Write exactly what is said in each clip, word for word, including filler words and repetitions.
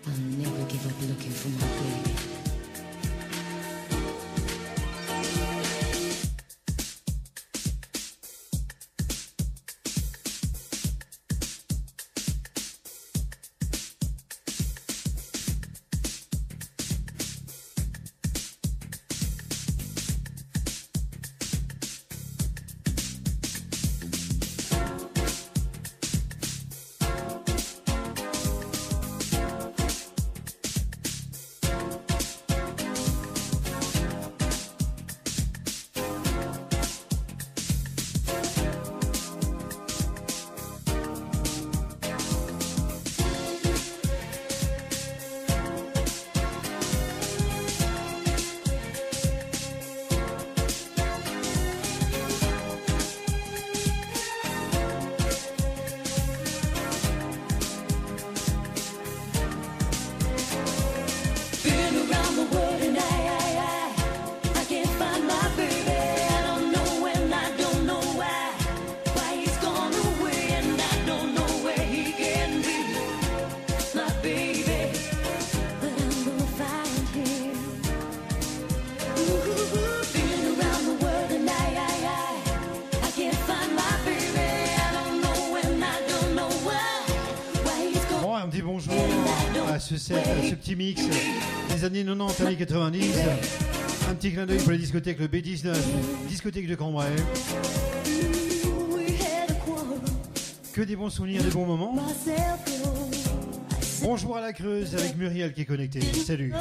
Ce, set, ce petit mix des années quatre-vingt-dix, années quatre-vingt-dix. Un petit clin d'œil pour la discothèque le B dix-neuf, discothèque de Cambrai. Que des bons souvenirs, des bons moments. Bonjour à la Creuse avec Muriel qui est connectée. Salut.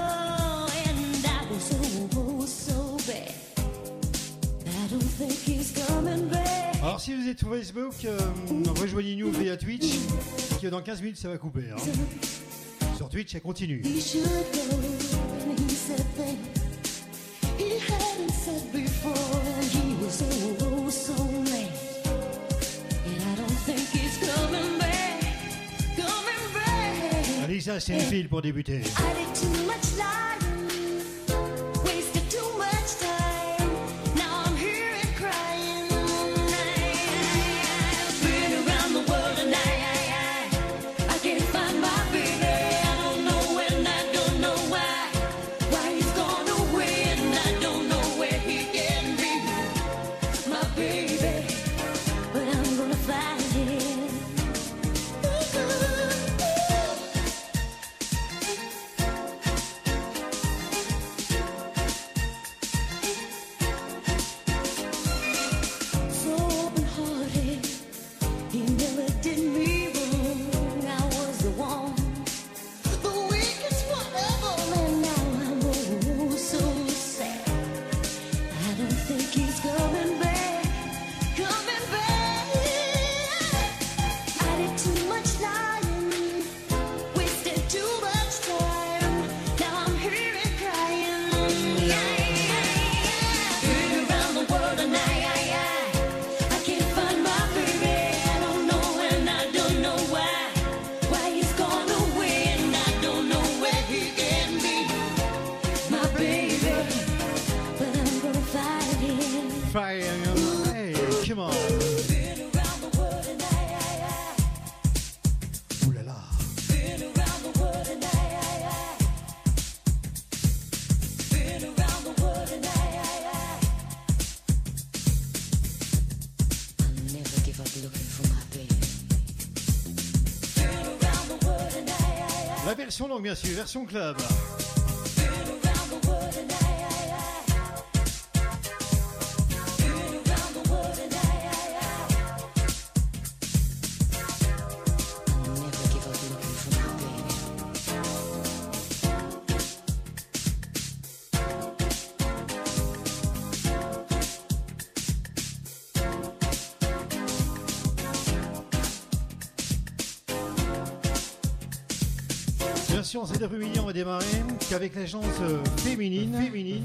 Alors si vous êtes sur Facebook, euh, rejoignez-nous via Twitch, qui dans quinze minutes ça va couper. Hein. Sur Twitch, elle continue. Alisa, c'est une file pour débuter. Hey, come on. Ouh là là. La version longue, bien sûr, version club. Cet après-midi, on va démarrer qu'avec la chance euh, féminine. féminine.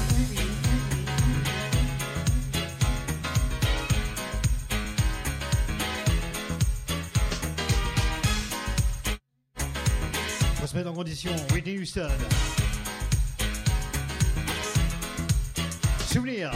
On va se mettre en condition. Whitney Houston. Souvenir.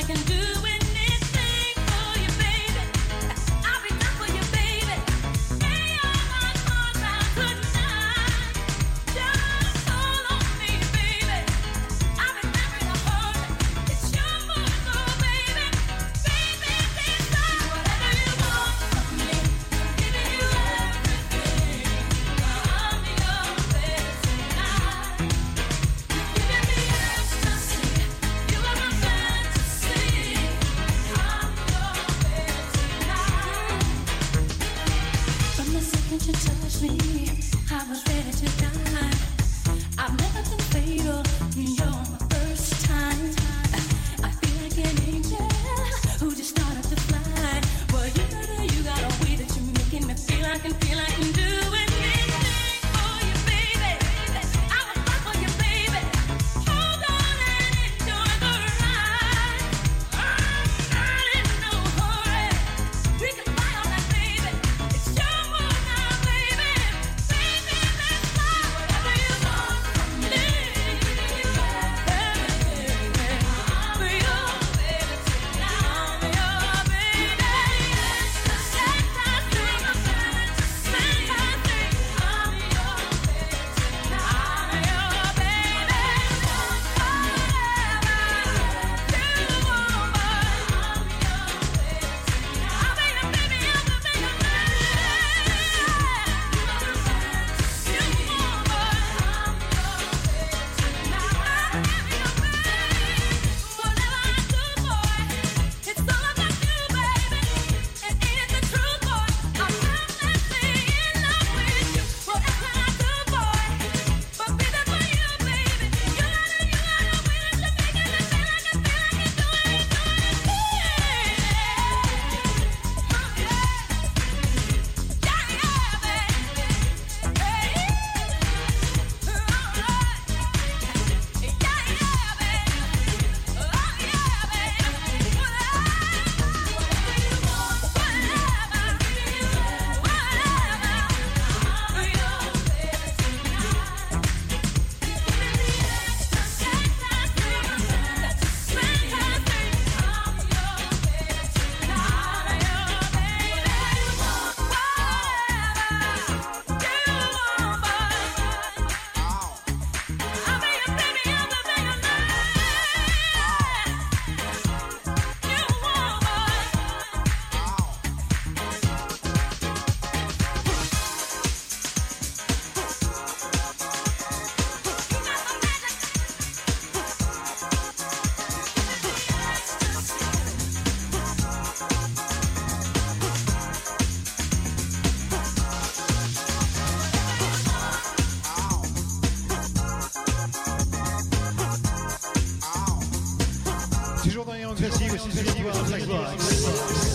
classique aussi, c'est l'histoire de Black Box.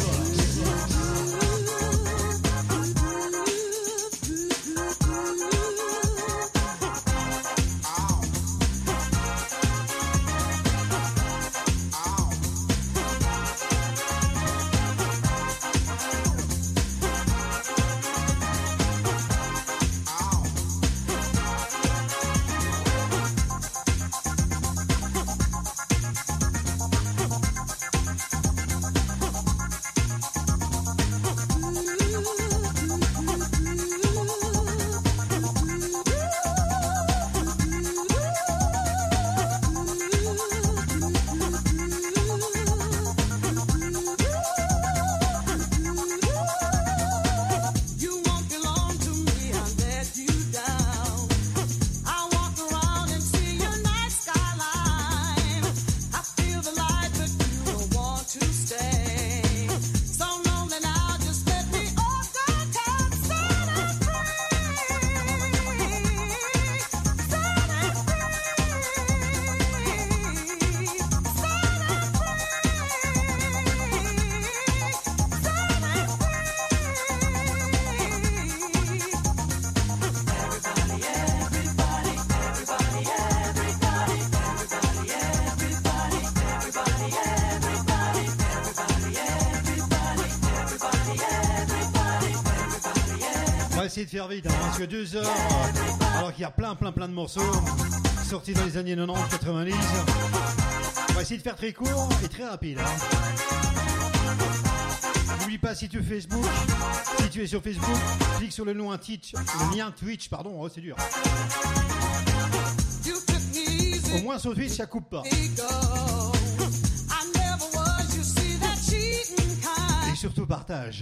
Essayer de faire vite, hein, parce que deux heures, alors qu'il y a plein plein plein de morceaux sortis dans les années quatre-vingt-dix, quatre-vingt-dix. va essayer de faire très court et très rapide. Hein. N'oublie pas, si tu es Facebook, si tu es sur Facebook, clique sur le nom un Twitch, le lien Twitch, pardon, oh, c'est dur. Au moins sur Twitch, ça coupe pas. Et surtout partage.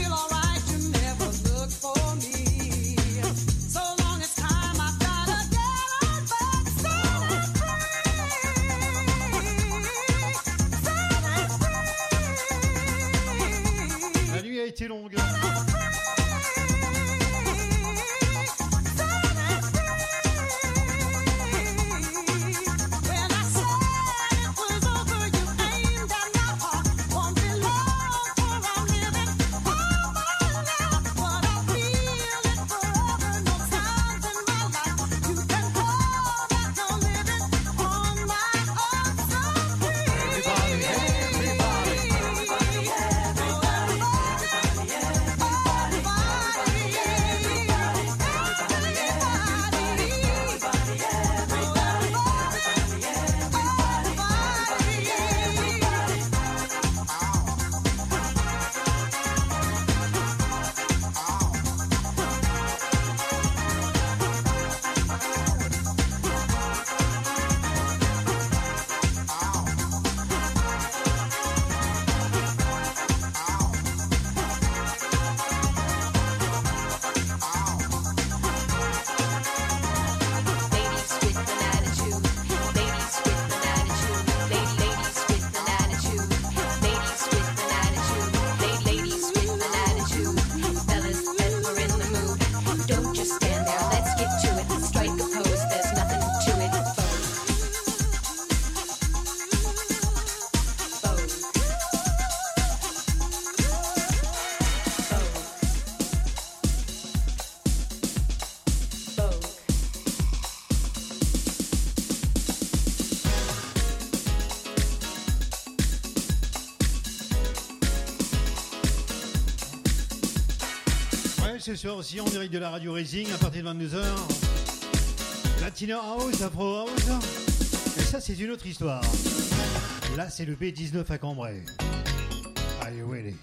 La nuit a été longue. Ce soir aussi en direct de la radio Racing à partir de vingt-deux heures. Latina House, Afro House. Et ça, c'est une autre histoire. Là, c'est le B dix-neuf à Cambrai. Allez, où elle est?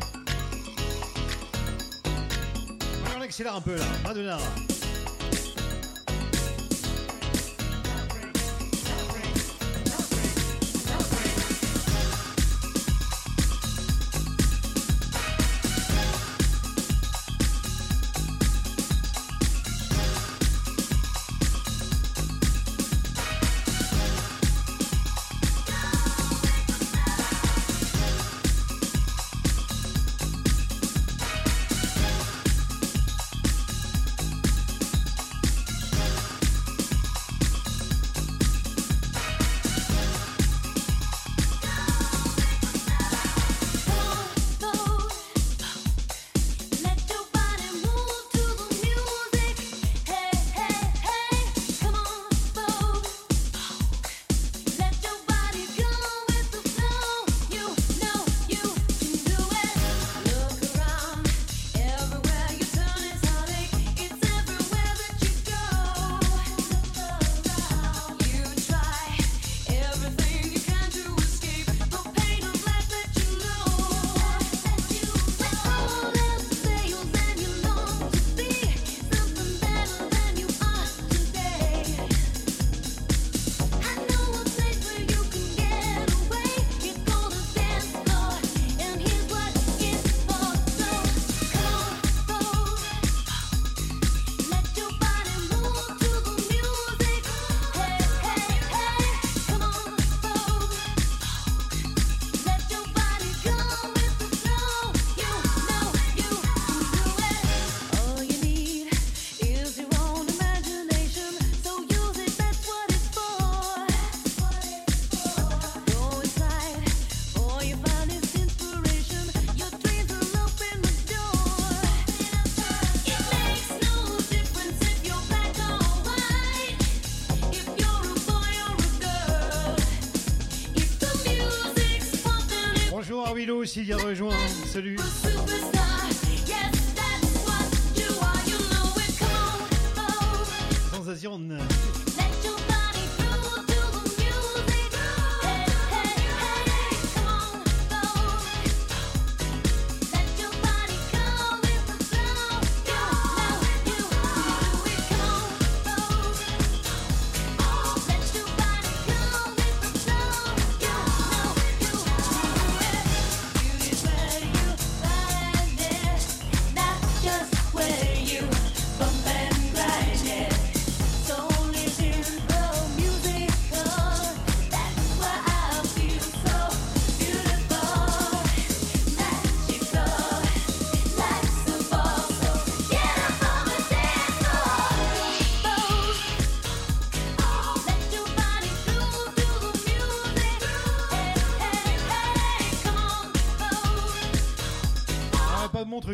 On accélère un peu là, Madonna. Willow aussi vient rejoindre. Salut. Sensation.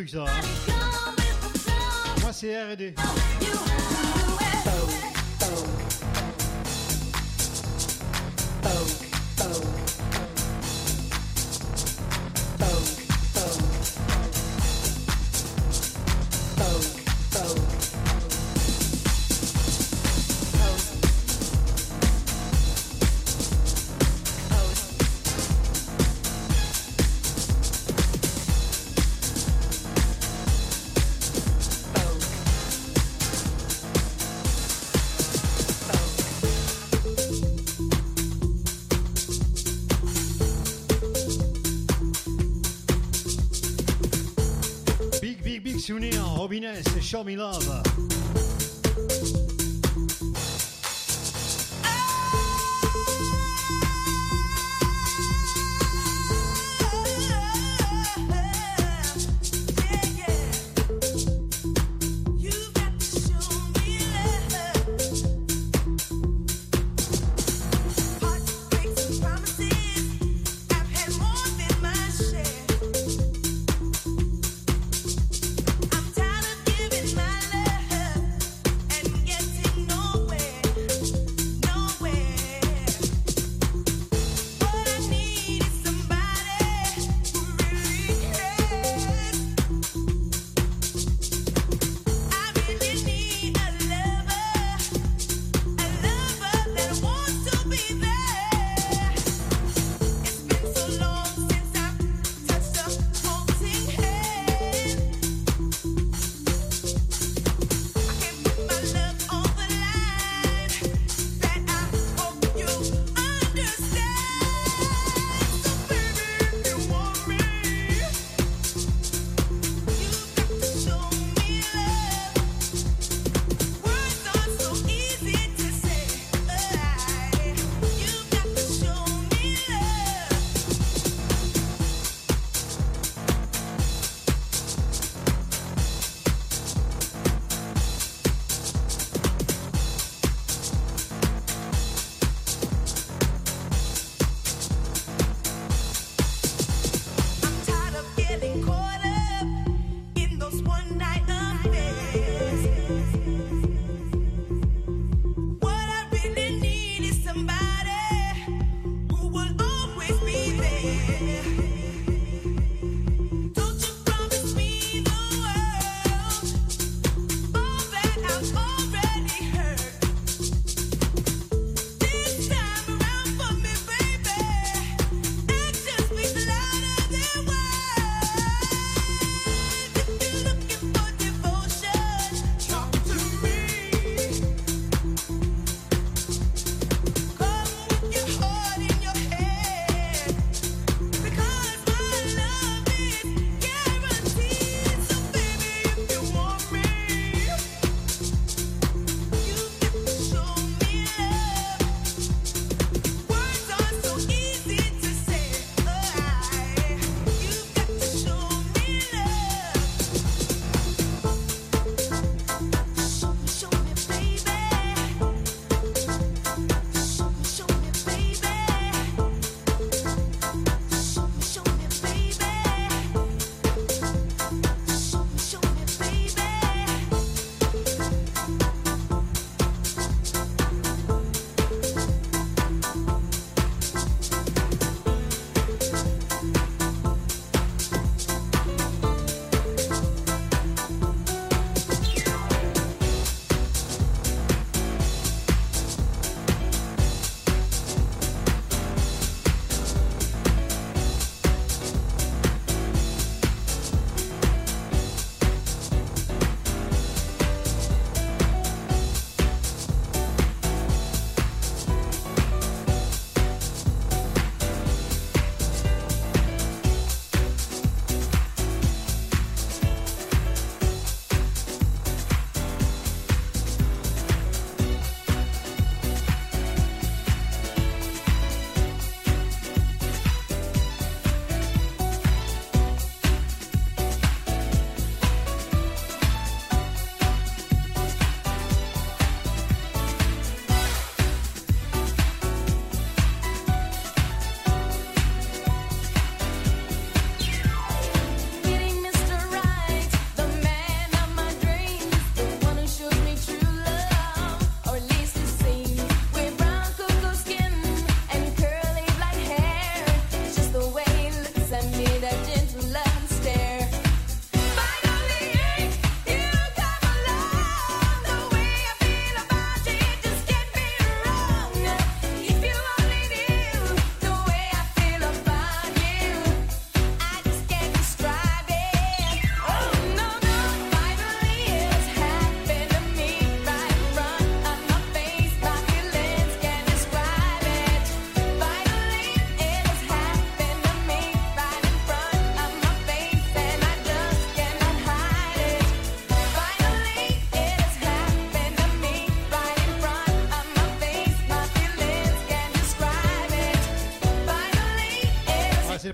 truc ça. Hein. Moi c'est R et D. Souvenir, Robinez, Show Me Love. I'm tired of giving my love and getting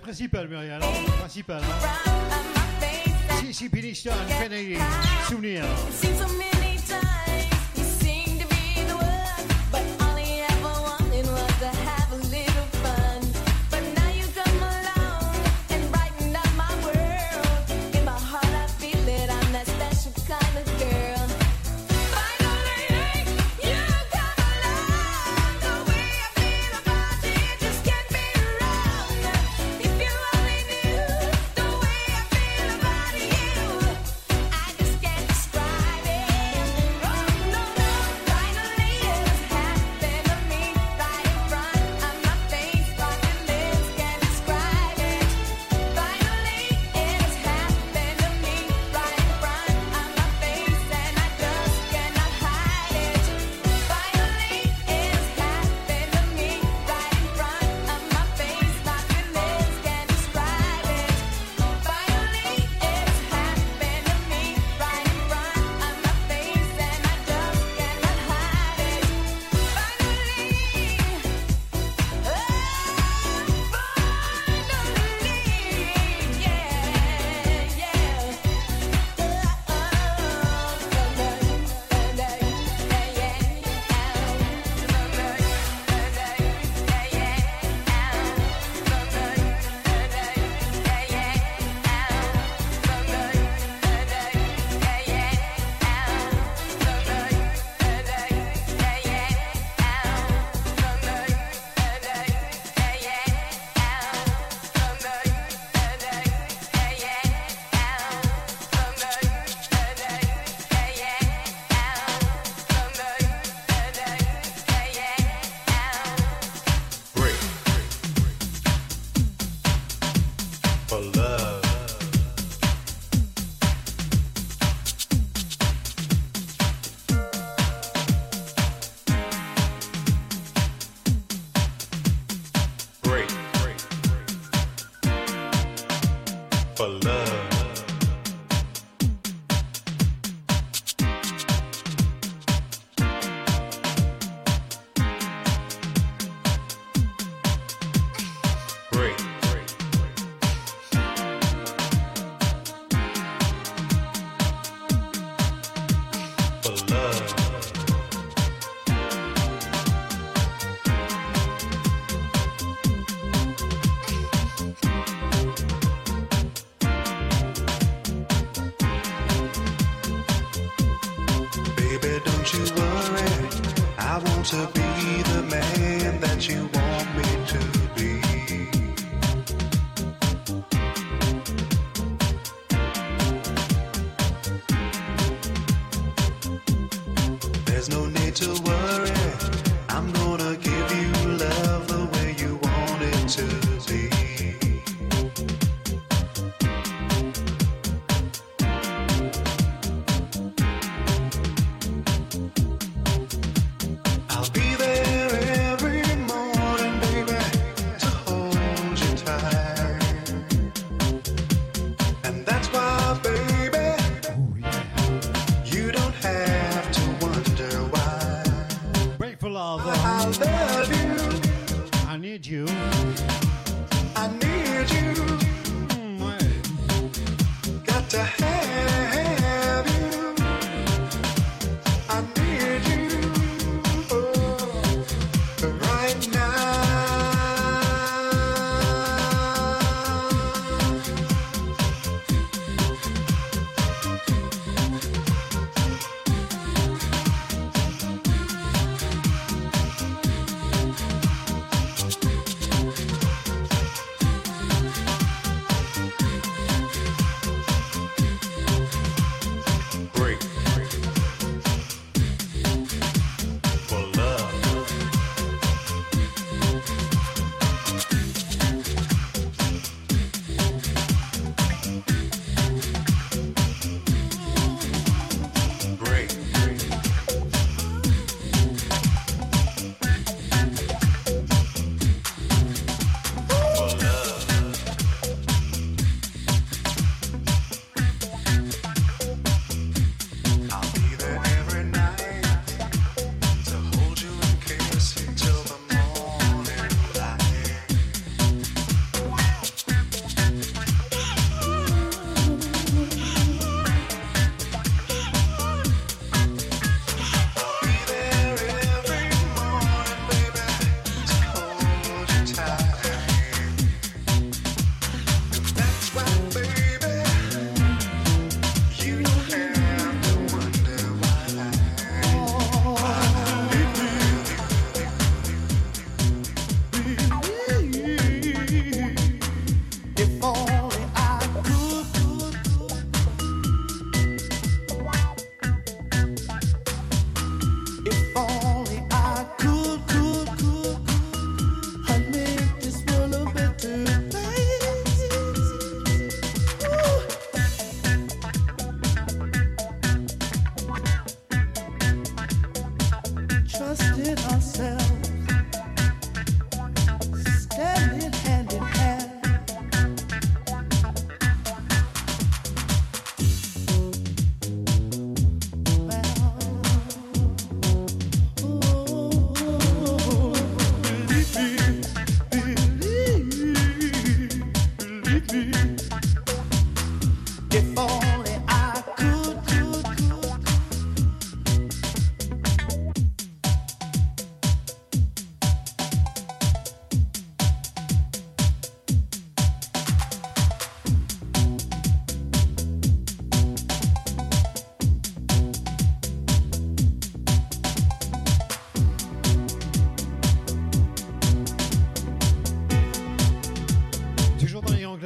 principal, Muriel. Hein, principal. Hein. Si, si, Piniston, Kennedy, souvenir.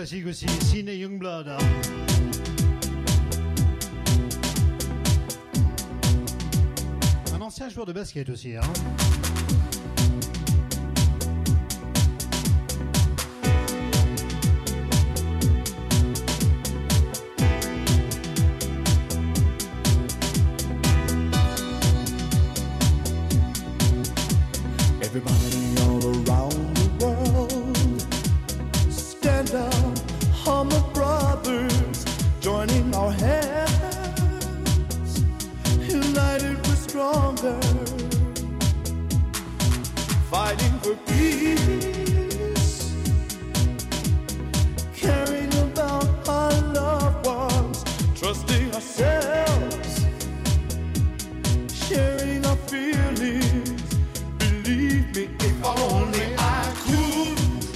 classique aussi, Sidney Youngblood. Un ancien joueur de basket aussi, hein. Everybody all around the world, stand up, hum of brothers, joining our hands, united we're stronger, fighting for peace, caring about our loved ones, trusting ourselves, sharing our feelings. Believe me, if only I could,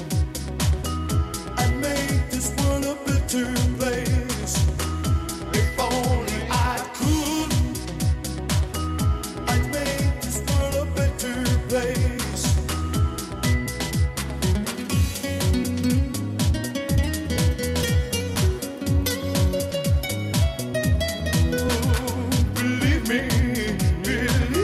I'd make this world a better place. If only I could, I'd make this world a better place. Believe me, believe.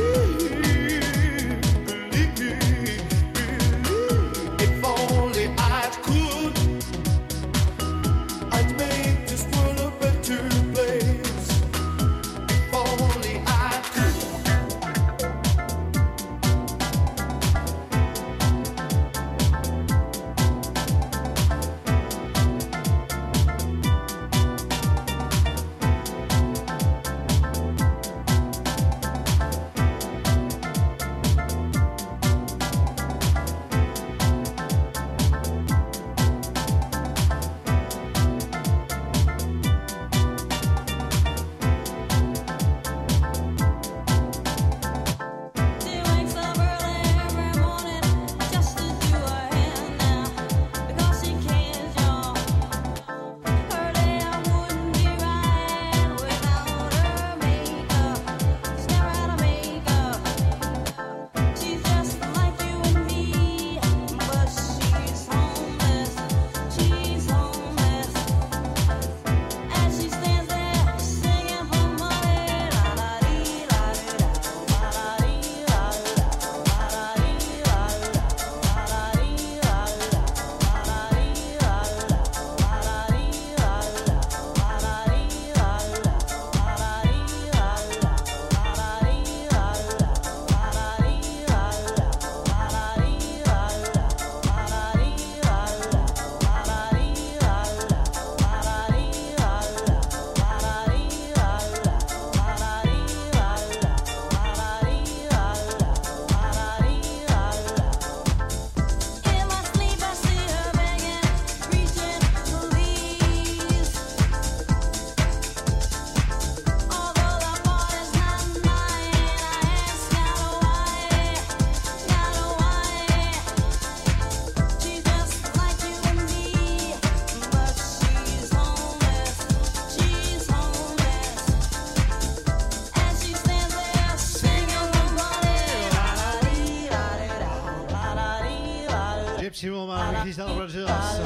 Gypsy Woman, Crystal Rogers.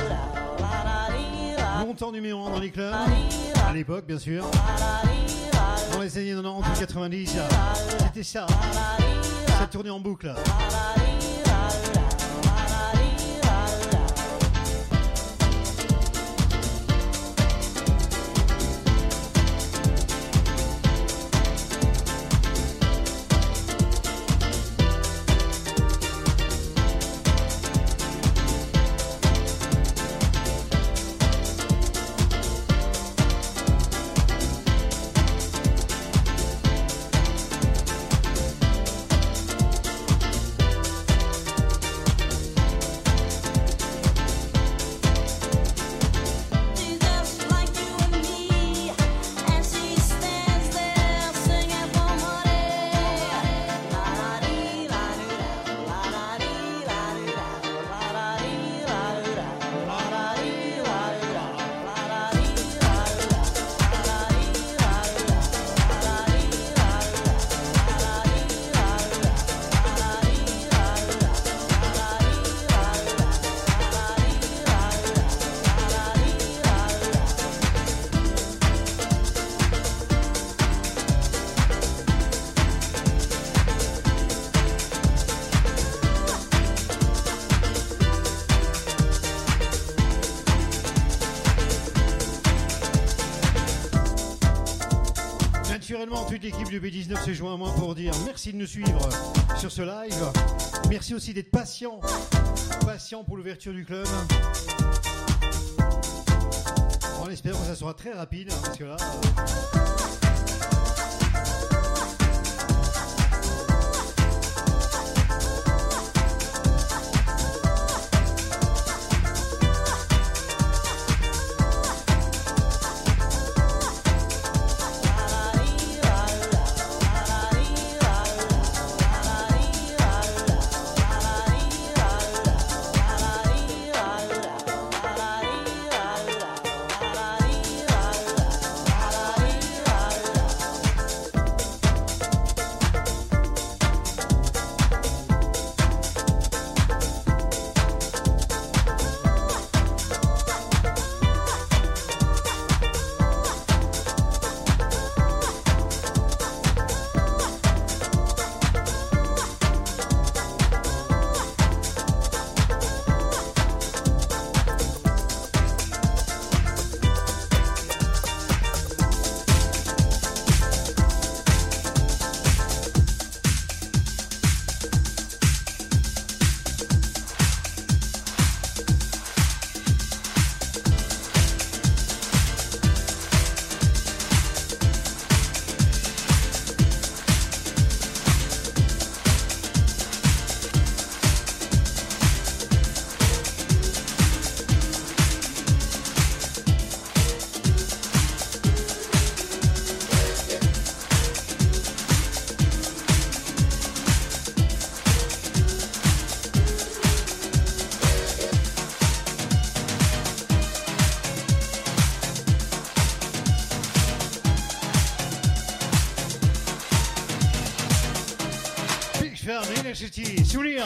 Longtemps numéro un dans les clubs, à l'époque bien sûr. Dans les années quatre-vingt-dix quatre-vingt-dix, c'était ça. Ça tournait en boucle. Également, toute l'équipe du B dix-neuf se joint à moi pour dire merci de nous suivre sur ce live. Merci aussi d'être patient, patient pour l'ouverture du club. En espérant que ça sera très rapide, parce que là... City, Souvenir.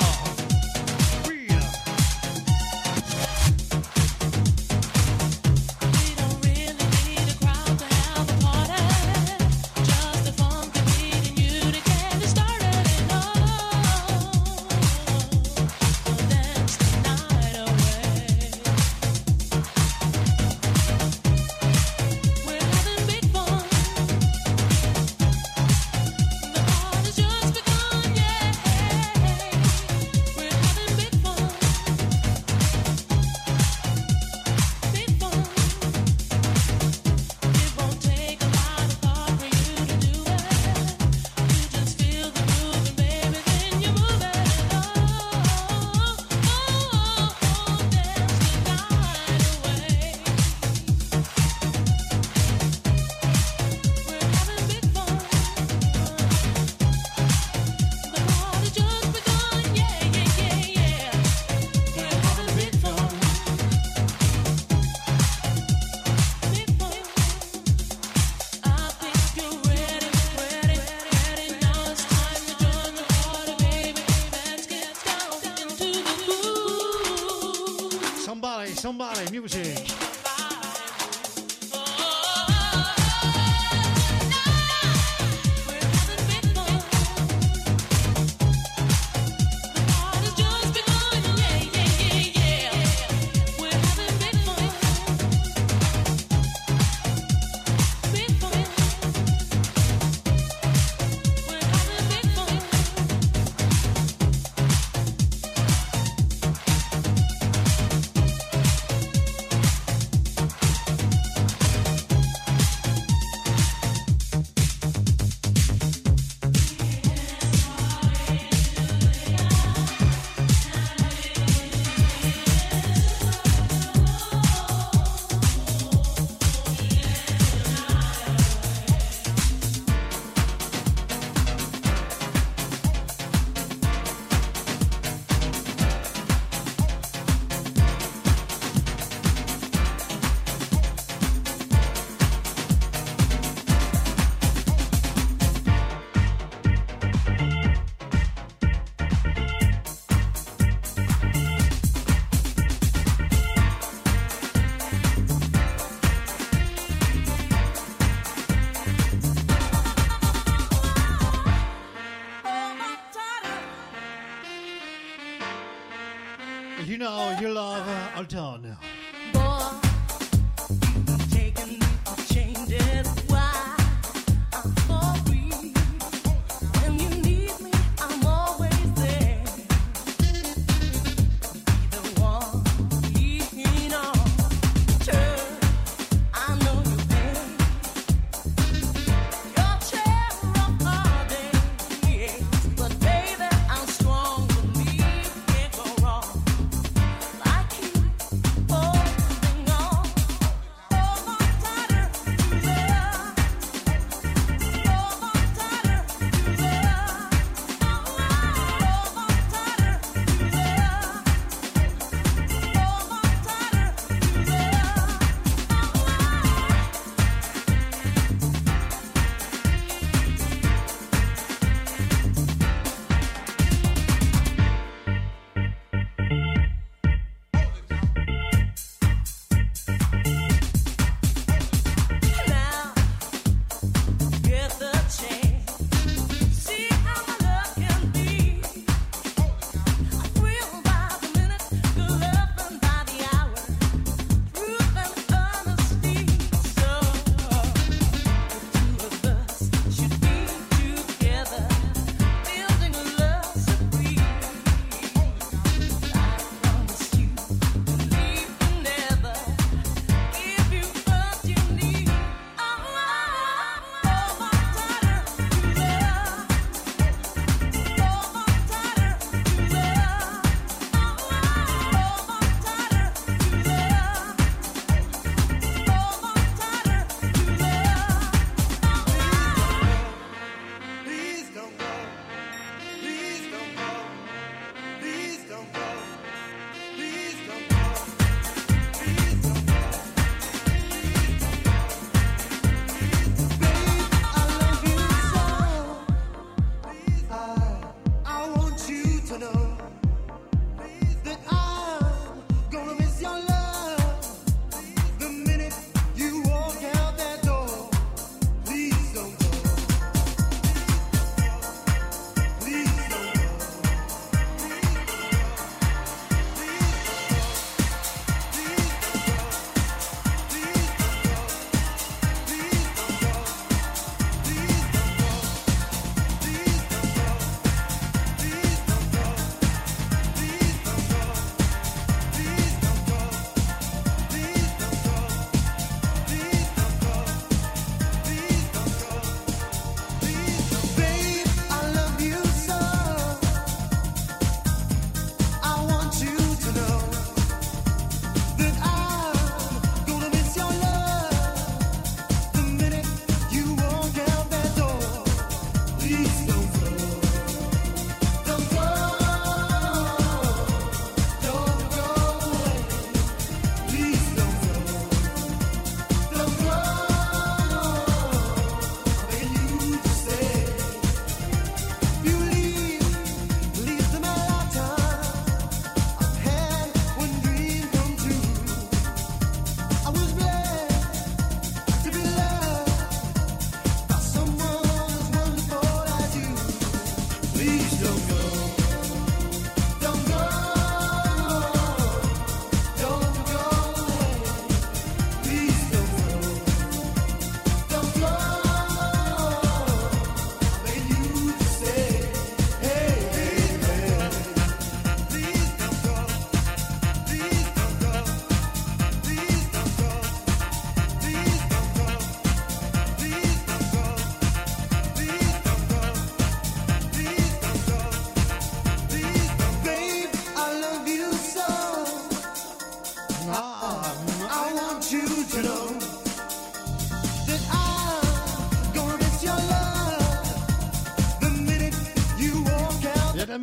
Somebody, music. You know you love Alton. Boy, taking changes. Why? I'm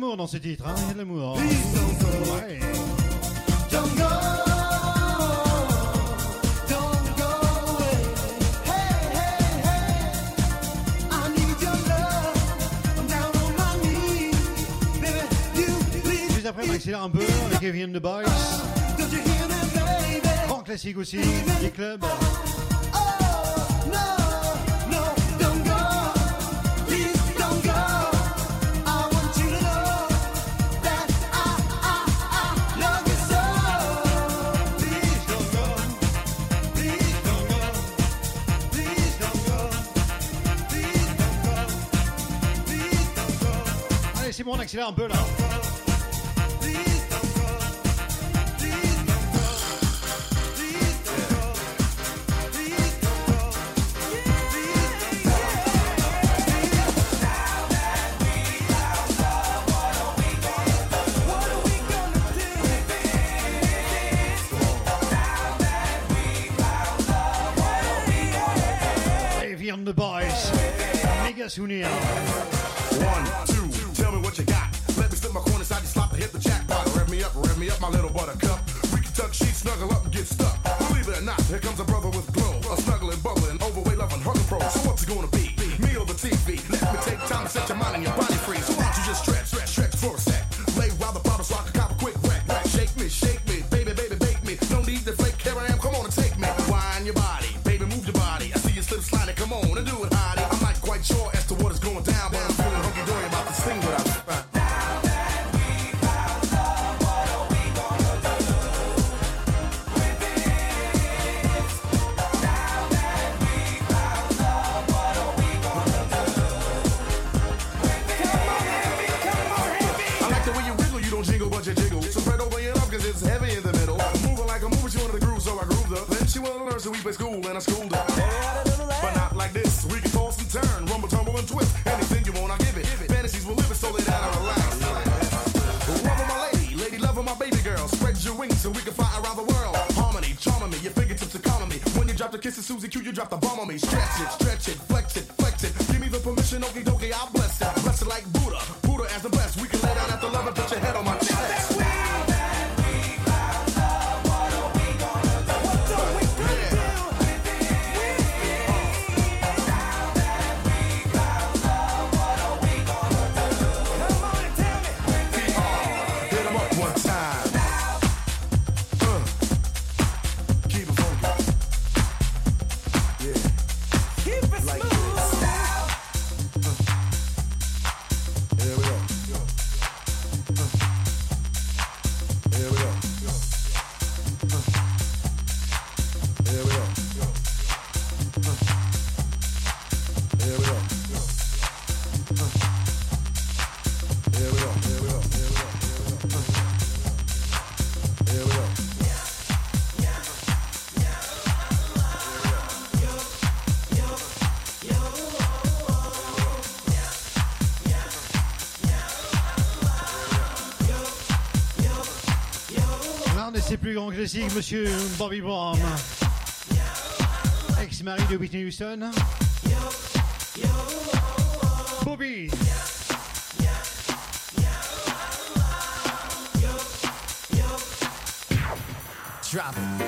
l'amour dans ce titre, hein, il y a de l'amour. Please don't go. Ouais. Don't go. Don't go away. Hey, hey, hey. I need your love. I'm down on my knees. Baby, you please. Juste après, on accélère un peu avec Heavy and the Boys. Don't you hear me, baby? Grand classique aussi, des clubs. Allez, c'est bon, on accélère un peu là. The boys, méga souvenir. One, two, tell me what you got. Let me slip my corner side, you slop to hit the jackpot. Rev me up, rev me up, my little buttercup. We can tuck sheets, snuggle up and get stuck. Believe it or not, here comes a brother with glow. A snuggling, bubbling, overweight, loving, hugging pro. So what's it gonna be? Me or the T V? Let me take time to set your mind and your body free. So why don't you just stretch, stretch, stretch for a sec. Lay while the bottle so I can cop a quick wreck. Shake me, shake me, baby, baby, bake me. No need to flake, here I am, come on and take me. Wind your body, baby, move your body. I see you slip, slide it, come on and do it, Heidi. I'm not quite sure as to what is going down, but I'm feeling hunky-dory about to sing what I found. Jingle, but you jiggle. So spread over your love, cause it's heavy in the middle. Moving like a movie, she wanted to groove, so I grooved her. Then she wanted to learn, so we play school, and I schooled her. But not like this. We can toss and turn, rumble, tumble, and twist. Anything you want, I give it. Fantasies will live it, so lay down and relax. Love of my lady, lady love of my baby girl. Spread your wings so we can fly around the world. Harmony, charming me, your fingertips are calming me. When you drop the kisses, Susie Q, you drop the bomb on me. Stretch it, stretch it, flex it, flex it. Give me the permission, okie dokie, I'll bless it. Bless it like Buddha, Buddha as the best. We can lay down after love and put your head on my chest. C'est plus grand classique, monsieur Bobby Brown, ex-mari de Whitney Houston. Bobby. Drop it.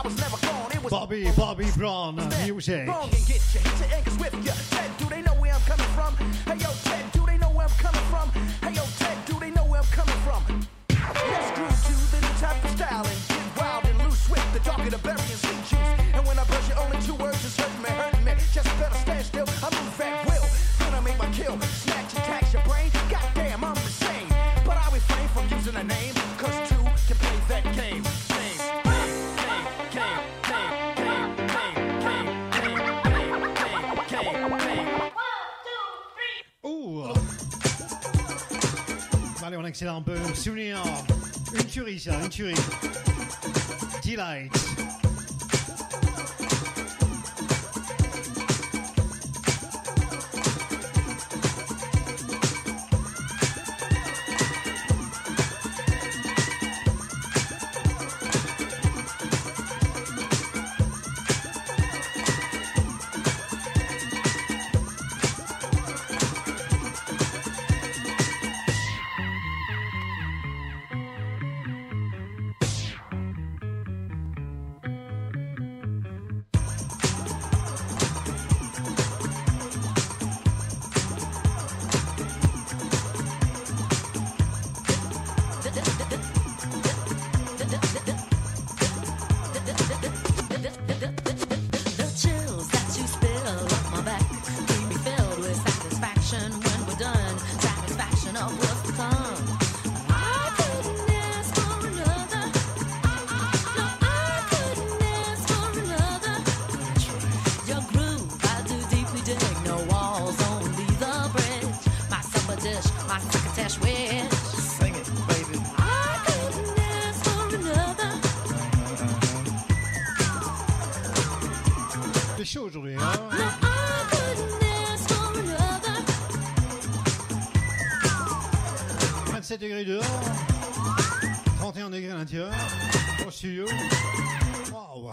was never gone. It was Bobby, Bobby Brown, music. wrong and get you, hit your ankles with ya. Ted, do they know where I'm coming from? Hey yo, Ted, do they know where I'm coming from? Hey yo, Ted, do they know where I'm coming from? Let's groove to the new type of style and get wild and loose with the darker the berry and sweet juice. And when I brush it, only two words is hurting me, hurting me. Just better stand still. I move at will. Then I make my kill. Snatch and tax your brain. Goddamn, I'm insane. But I refrain from using a name, cause two can play that game. Game, game, game, game, game, game, game, game, game, game, game. Ouh. Allez, on accélère un peu. Souvenir. Une tuerie, ça, une tuerie. Delight. Chaud aujourd'hui, hein? vingt-sept degrés dehors, trente et un degrés à l'intérieur, au studio. Waouh!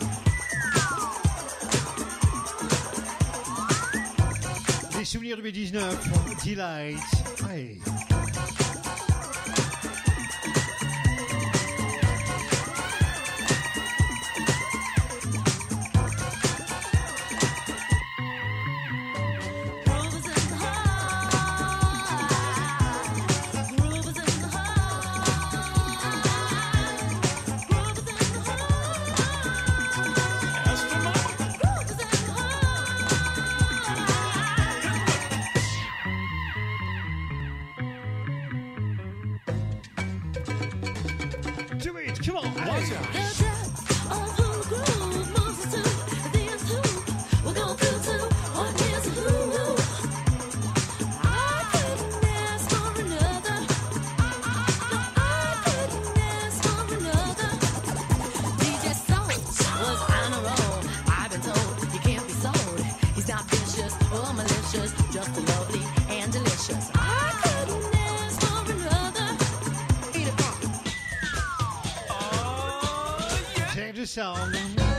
Les souvenirs du B dix-neuf, Delight. Hey. Sound.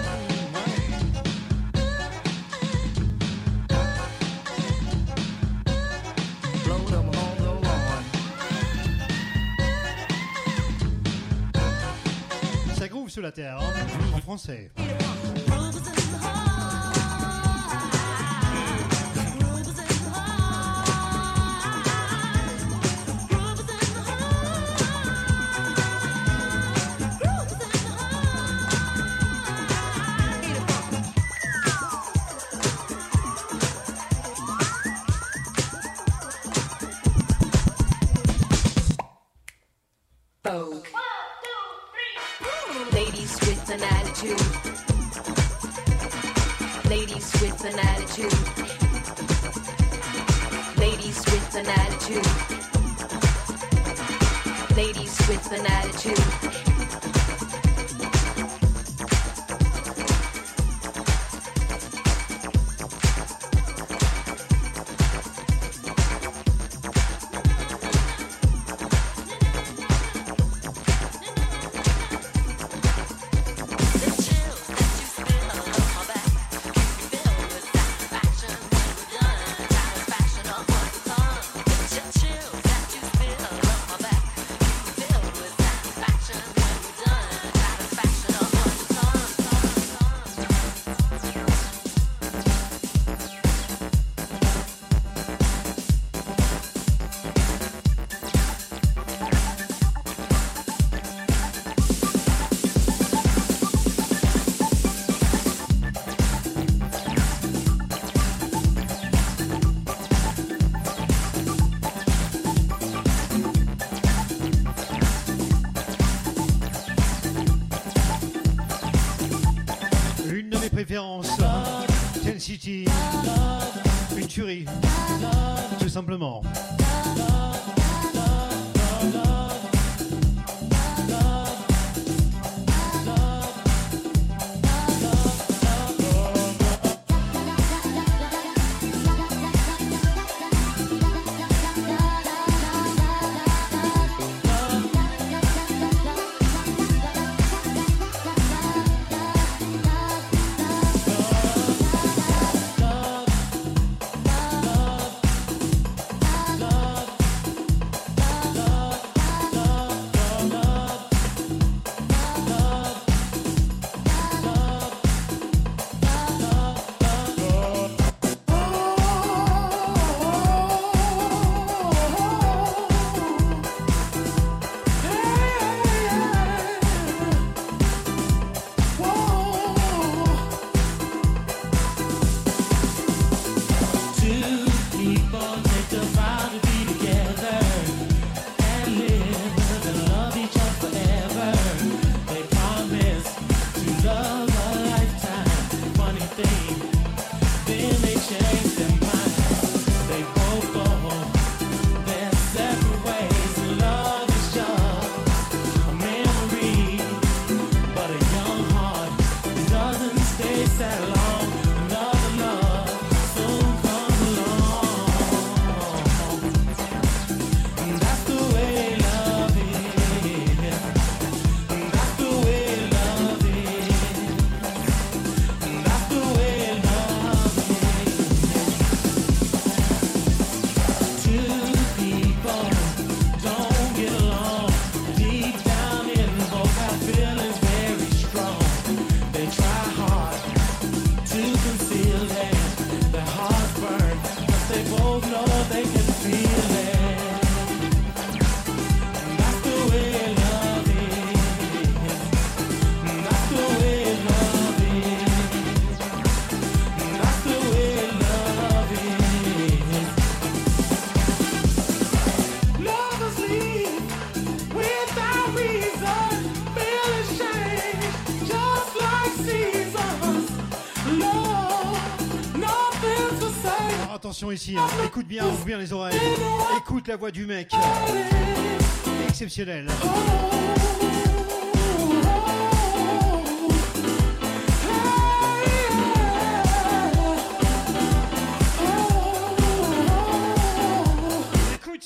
Ça groove sous la terre, hein, en français. Satisfaction les préférences. Ten City, une tuerie, tout simplement. Attention ici, hein. Écoute bien, ouvre bien les oreilles. Écoute la voix du mec. Exceptionnel. Écoute.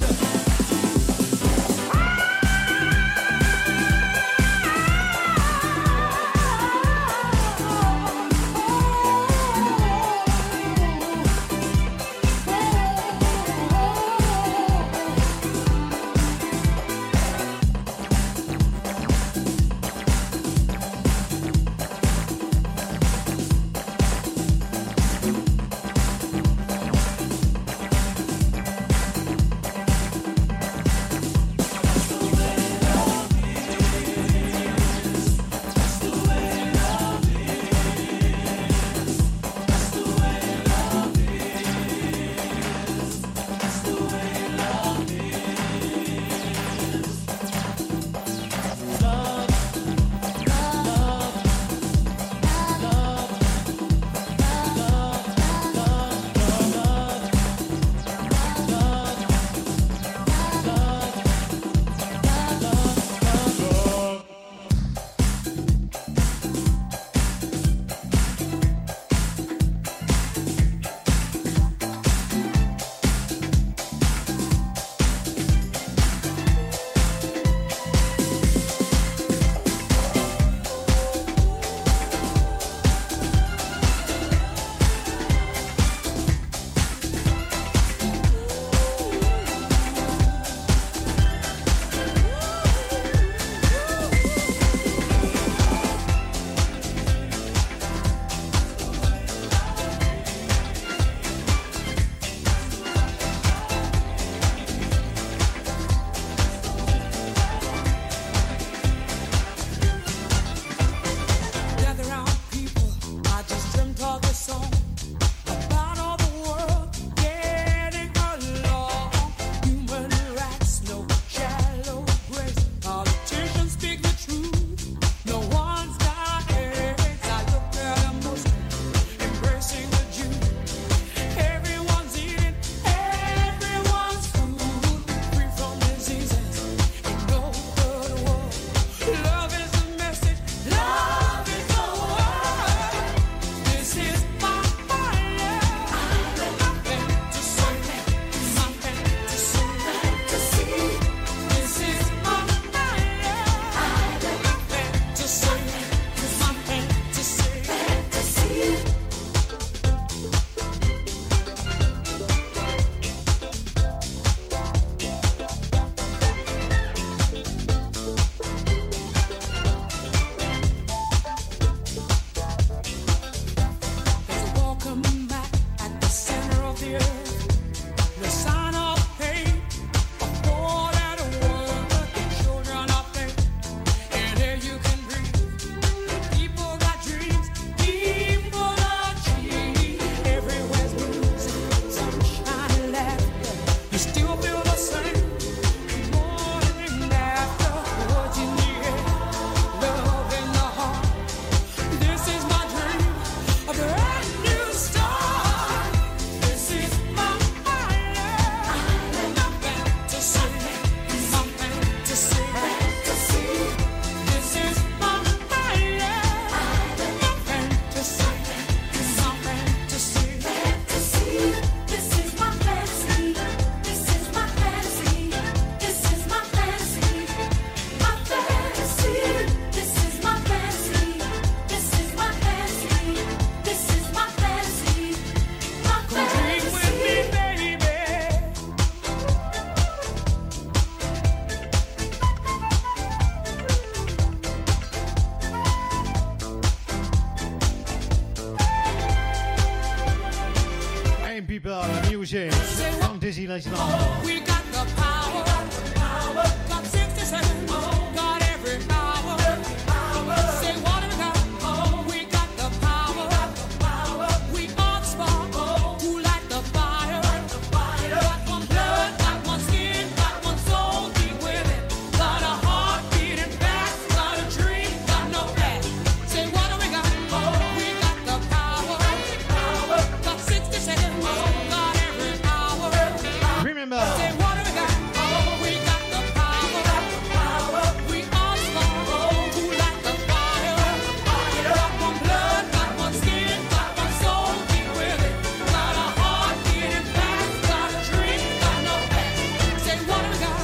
People, Music, Fantasy Land. We got the power, got sixty seconds, got every hour. Say what do we got? We got the power, we are the spark, who light the fire. Got one blood, got one skin, got one soul, deep within. Got a heart beating fast, got a dream, got no past. Say what do we got? We got the power, got sixty seconds, got every hour. Remember. Say what do we got? We got the power, we are the spark, who light the fire. Got one blood, got one skin, got one soul, deep within. Got a heart beating fast, got a dream, got no past. Say what do we got?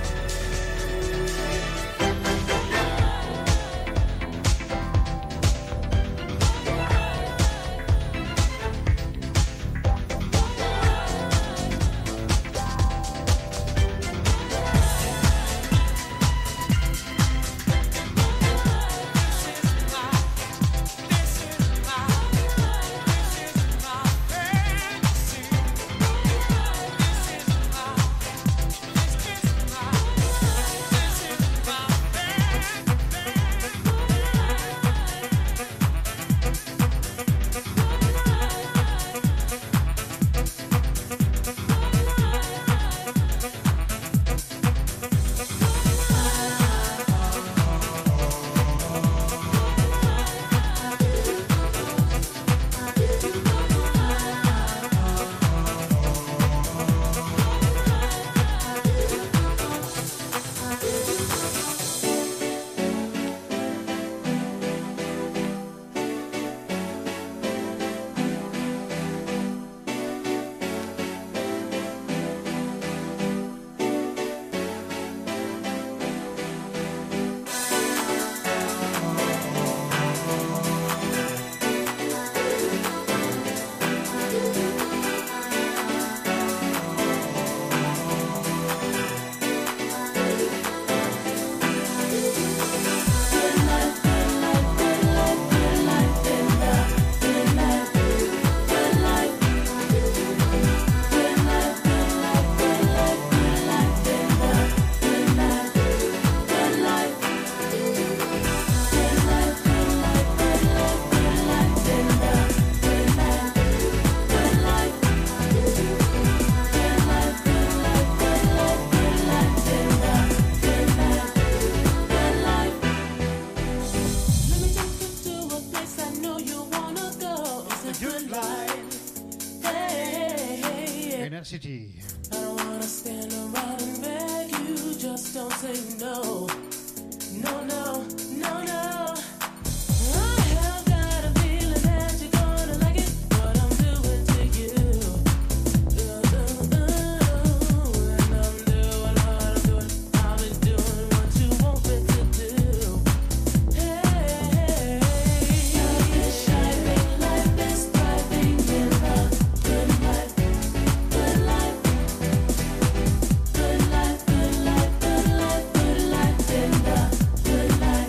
City. I don't wanna stand around and beg you, just don't say no. No, no, no, no. I have got a feeling that you're gonna like it, what I'm doing to you. Ooh, ooh, ooh. And I'm doing what I'm doing, I'll be doing what you want me to do. Hey, love is shining, life is thriving in the good life. Good life, good life, good life, good life in the good life.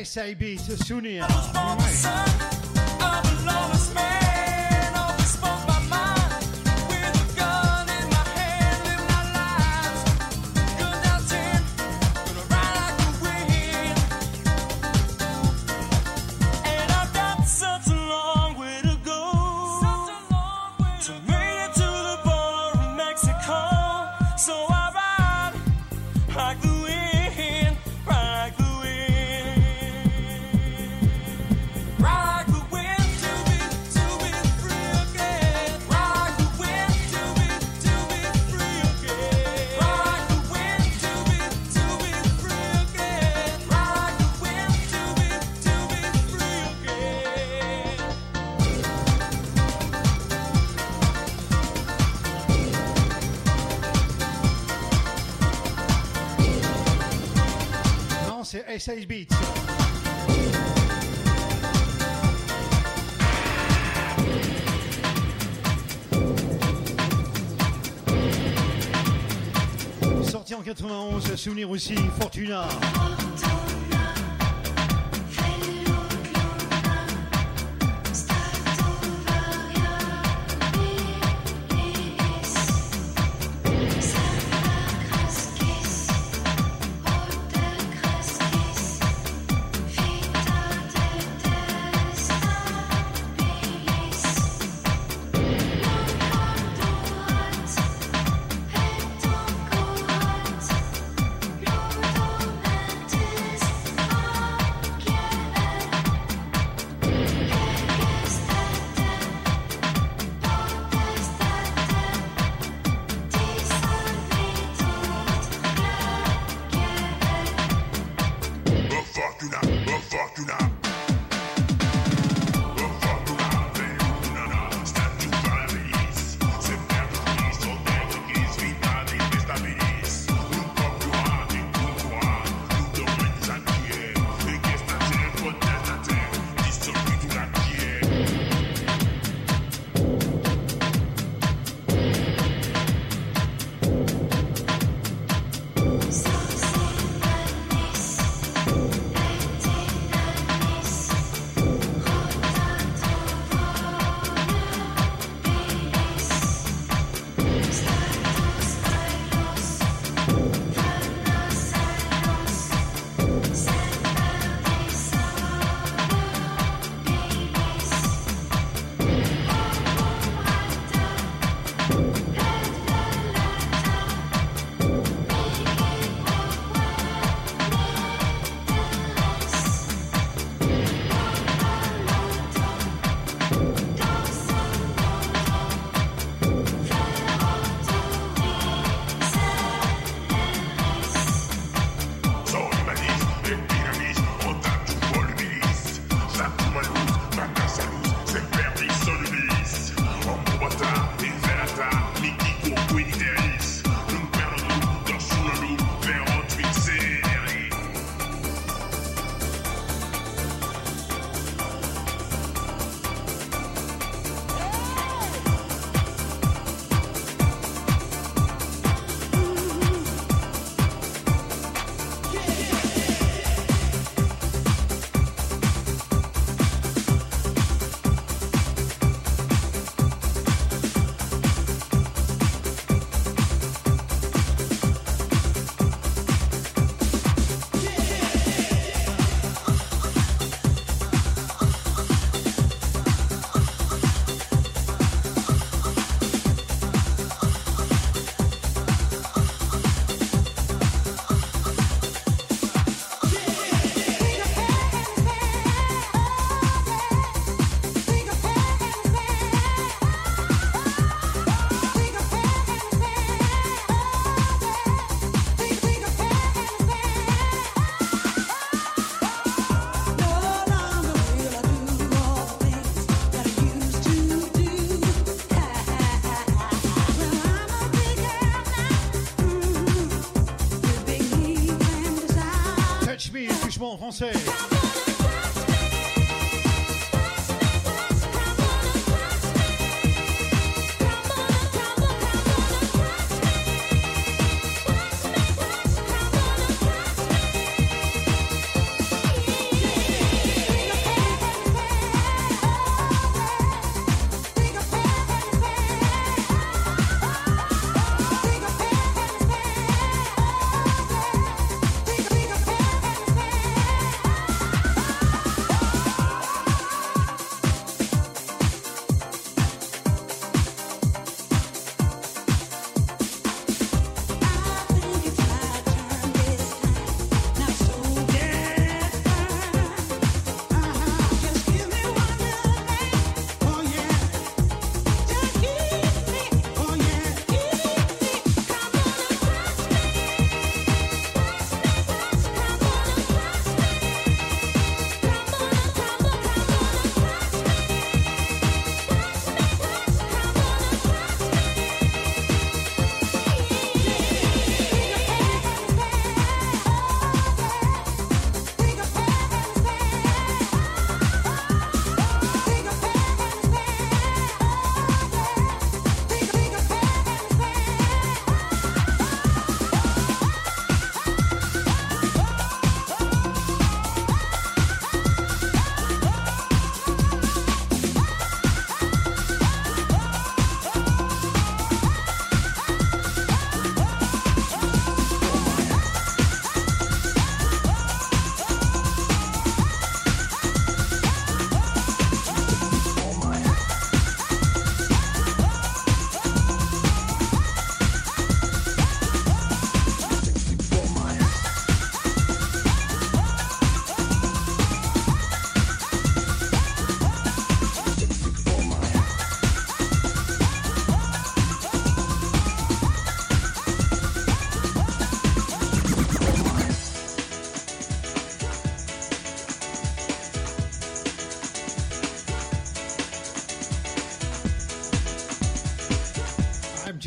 S I Beats, souvenir. C'est S I Beats. Sorti en quatre-vingt-onze, souvenir aussi, Fortuna. En français.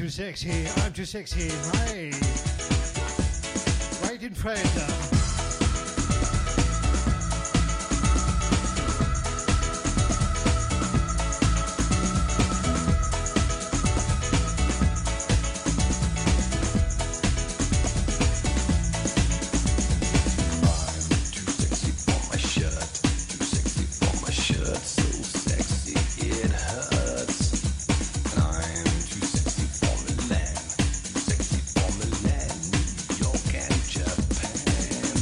too sexy, I'm too sexy, right? Right in front. Japan.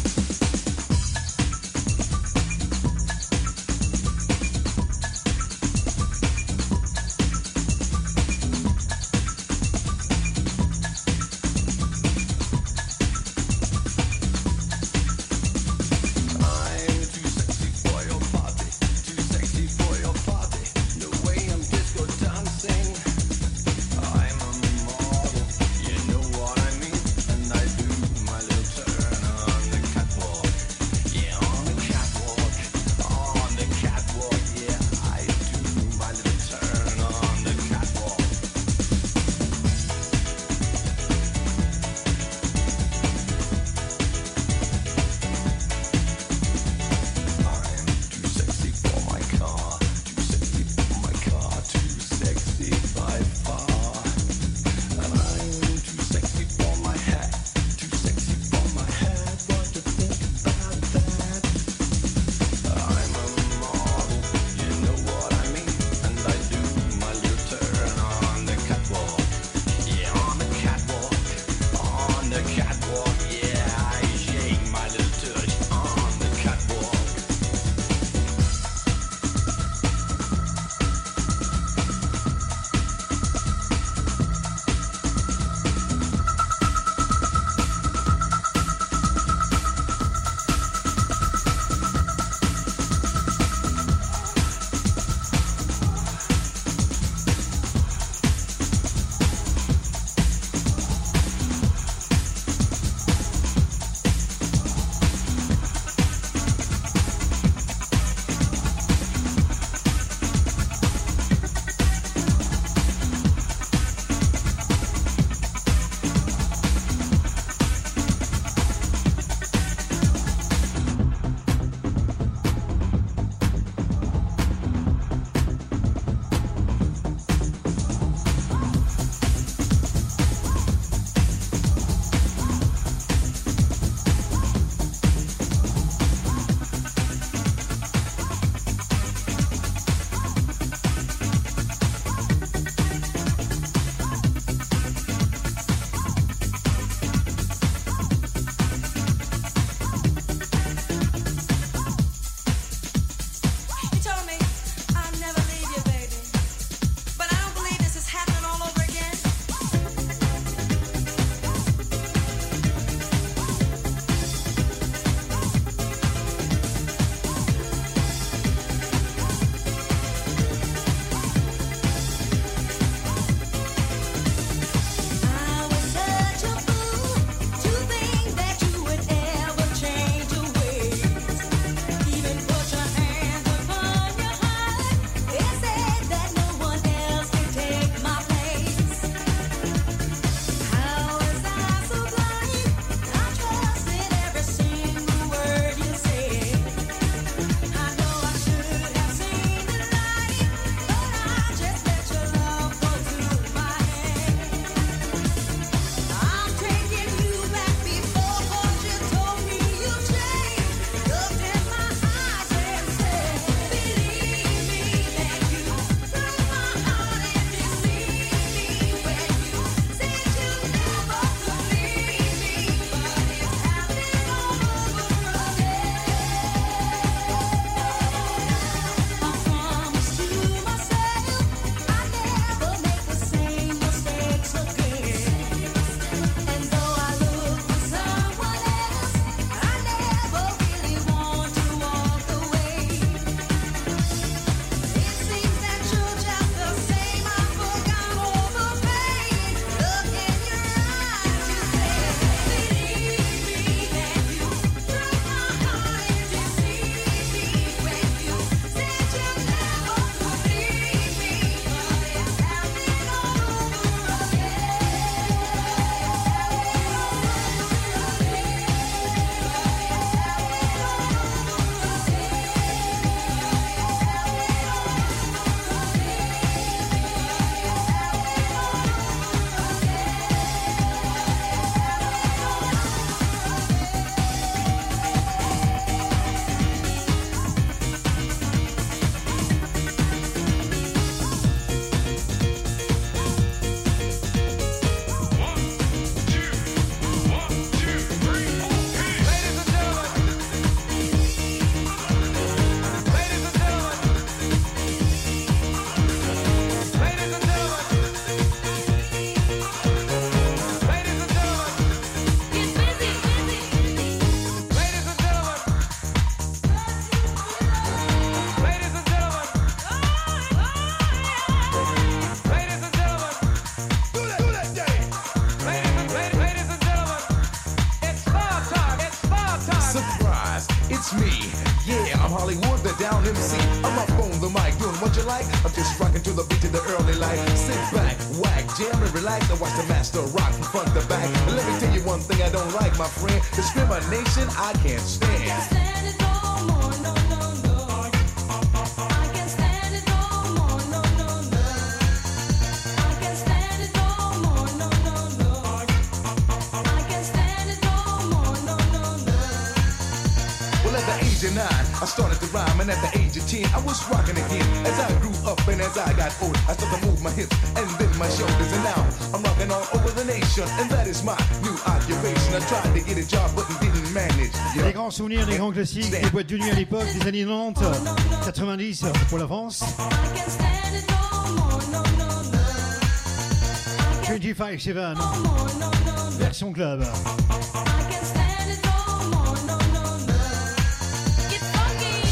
relax and watch the master rock from front to back. And let me tell you one thing I don't like, my friend. Discrimination I can't stand. Can't stand it no more, no, no, no. I can't stand it no more, no, no, no. I can't stand it no more, no, no, no. I can't stand it no more, no, no, no. Well, at the age of nine, I started to rhyme, and at the age of ten, I was rocking again. As I grew up and as I got older, I started to move my hips and then my shoulders, and now I'm rocking all over the nation, and that is my new occupation. I tried to get a job, but didn't manage. Yeah. Des grands souvenirs, des grands classiques, des boîtes de nuit à l'époque, des années quatre-vingt-dix, quatre-vingt-dix pour la France. I can't stand it no more, no, no, no. vingt-cinq sept, No more, no, no, no. version club. I can't stand it no more, no, no, no. Get funky.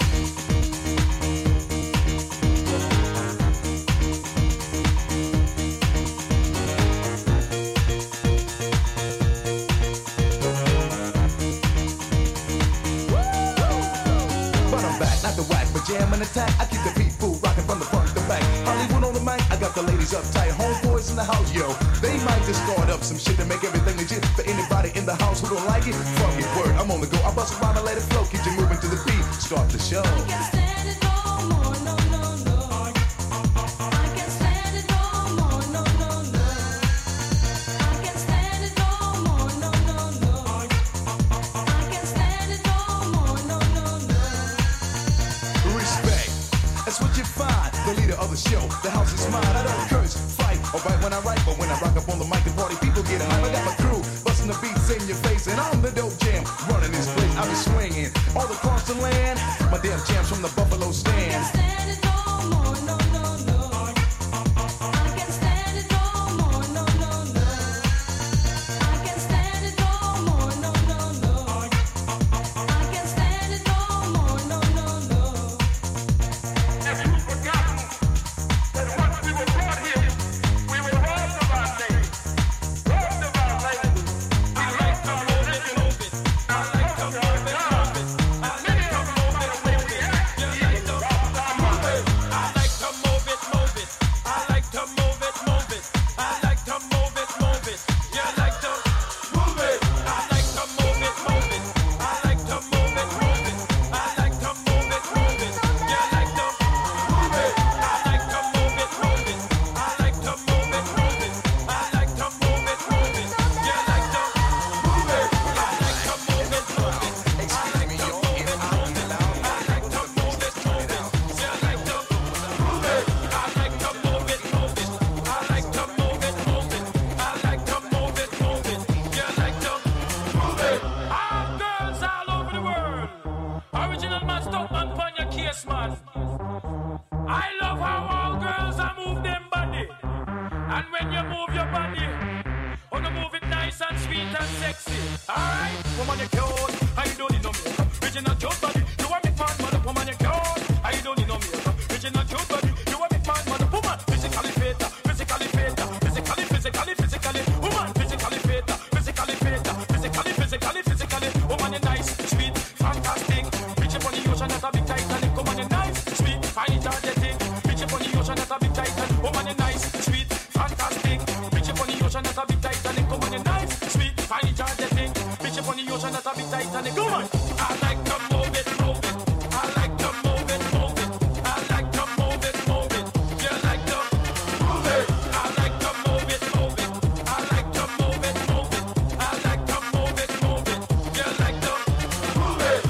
But I'm back, not the whack, but jam and attack. I keep the people rocking from the front to back. Hollywood on the mic, I got the ladies uptight. Homeboys in the house, yo. They might just start up some shit to make everything legit. For anybody in the house who don't like it, fuck it, word, I'm on the go. I bust around and let it flow, keep you moving to the beat. Start the show. I can't stand it no more, no, no, no. I can't stand it no more, no, no, no. I can't stand it no more, no, no, no. I can't stand it no more, no, no, no. Respect, that's what you find. The leader of the show, the house is mine. I don't curse, fight, alright when I write, but when I rock up on the mic and party, people get hype. I got my crew, busting the beats in your face, and I'm the dope jam, running this place. I be swinging all across the land. My damn jams from the Buffalo I stand. can't stand it no more, no, no, no. I can't stand it no more, no, no, no. I can't stand it no more, no, no, no. I can't stand it no more, no, no, no. Have you forgotten that once we were brought here, we were robbed of our name, robbed of our language? I like to move it, move it. I like to move it, move it. I like to move it, move it. You like to move it. I like to move it, move it. I like to move it, move it. I like to move it, move it. You like to move it. I like to move it, move it. I like to move it, move it. I like to move it, move it. You like to move it. I like to move it, move it. I like to move it, move it. I like to move it, move it. You like to move it. I like to move it, move it. I like to move it, move it. I like to move it, move it. You like to move it. I like to move it, move it. I like to move it, move it. I like to move it, move it. You like to move it. All girls all over the world. Original man, stop man, pon your case, man. I love how all girls are move them body. And when you move your body, oh, you move it nice and sweet and sexy. Alright? Woman, you cute. I don't need no makeup. Original cute body. You want me man, mother. Woman, you cute. I don't need no makeup. Original cute body. You want me man, mother. Woman, physically fit. Physically fit. Physically, physically, physically. Woman, physically fit. Physically fit. Physically, physically, physically. Woman, you nice, sweet, fantastic. Reach up on the ocean at a big Titanic. Woman, you nice, sweet, fine, energetic. Reach up on the ocean at a big Titanic. Woman, you nice, sweet, fantastic. Reach up on the ocean at a big Titanic. Woman, you nice, sweet, fine, energetic. Reach up on the ocean at a big Titanic. Woman, I like to move it, move it. I like to move it, move it. I like to move it, move it. You like to move it. I like to move it, move it. I like to move it, move it. I like to move it, move it. You like to move it.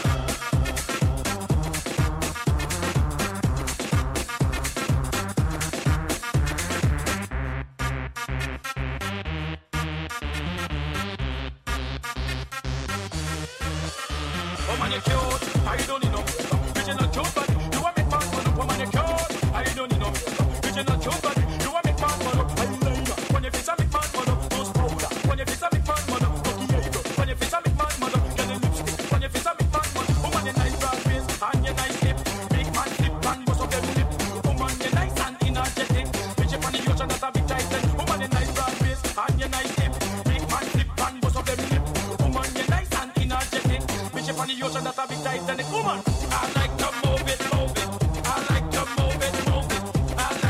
Woman, you cute. I don't need no makeup. Original cute body. You want me man, man. Woman, you cute. I don't need no makeup. Original cute body. You want me man, man. Eyeliner. When you face a big man, man. Nose powder. When you face a big man, man. Cocky eyebrow. When you face a big man, man. Get a lipstick. When you face a big man, man. Woman, you nice broad face and you nice lip. Big man flip and bust up them lip. Woman, you nice and energetic. Reach up on the ocean at a big Titan. Woman, you nice broad face and you nice lip. Big man flip and bust up them lip. Woman, you nice and energetic. Reach up on the ocean at a big Titanic. Woman, I like to move it, move it. I like to move it, move it. I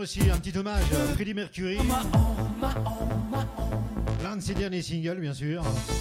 aussi un petit hommage à Freddie Mercury. L'un de ses derniers singles, bien sûr.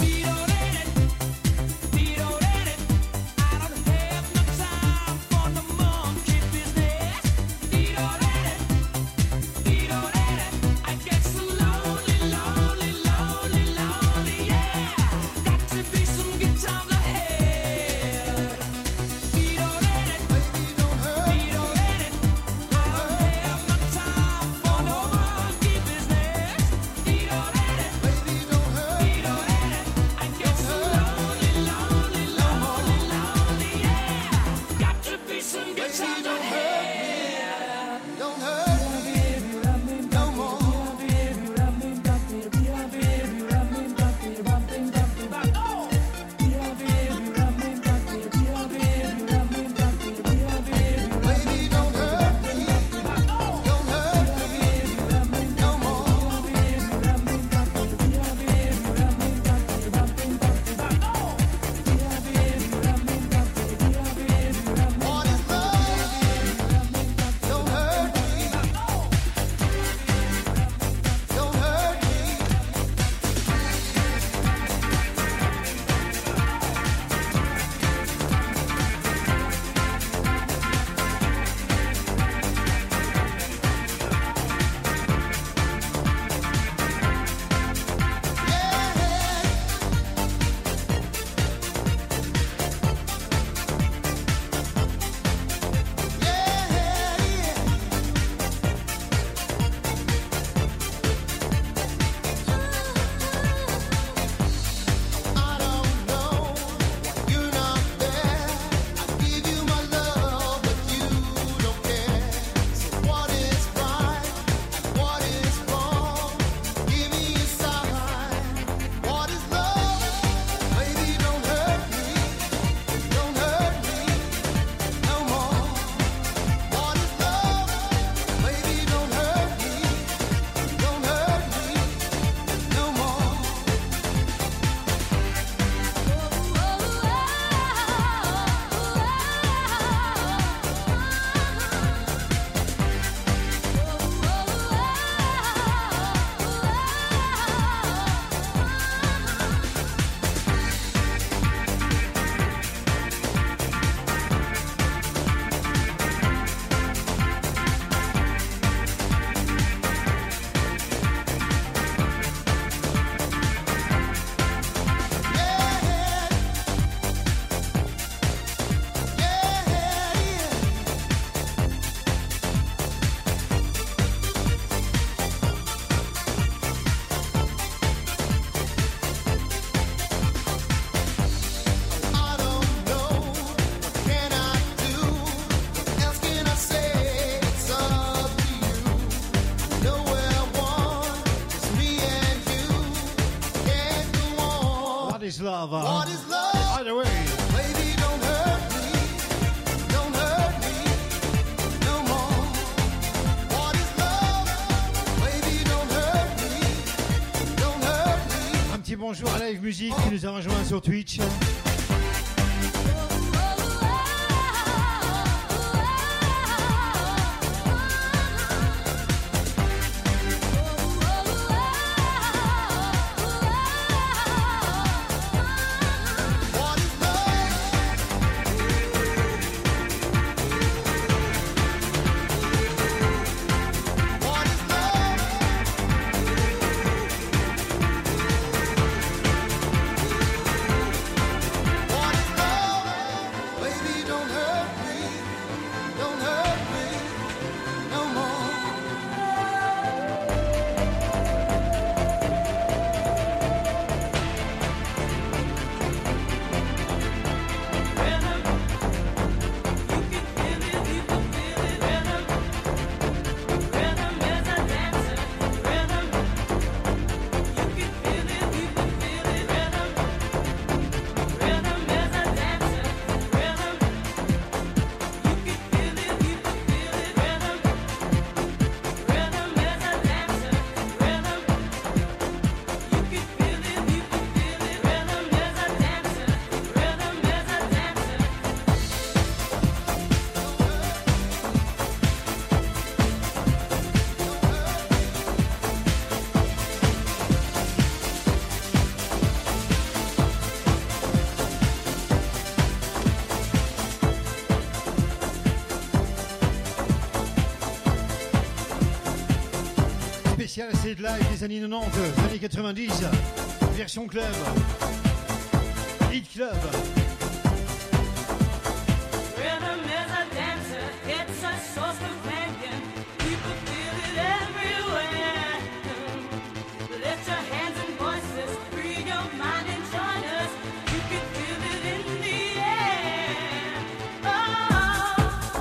is love? What is love? Either way. Baby, don't hurt me. Don't hurt me no more. What is love? Baby, don't hurt me. Don't hurt me. Un petit bonjour à Live Music qui nous a rejoint sur Twitch. What is love? What is love? cassette live des années quatre-vingt-dix, années quatre-vingt-dix, version club, Hit Club. Rhythm is a dancer, it's a source companion. People feel it everywhere. Lift your hands and voices, free your mind and join us. You can feel it in the air. Oh.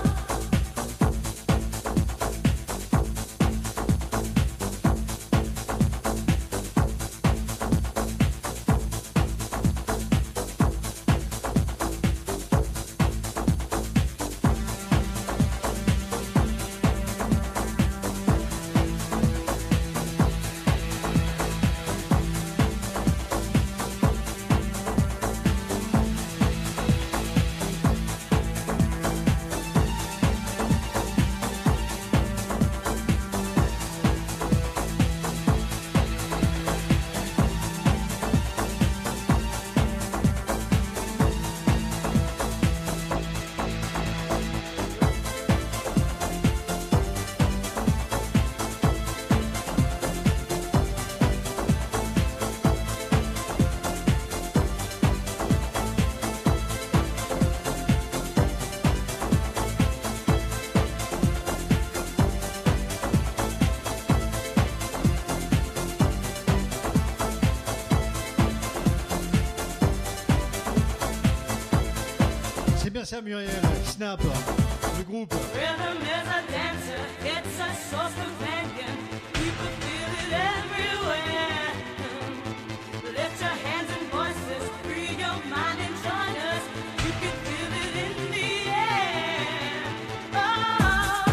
C'est bien ça, Muriel. Snap, le groupe. Rhythm is a dancer, it's a source companion. People feel it everywhere. Lift your hands and voices, free your mind and join us. You can feel it in the air. Oh.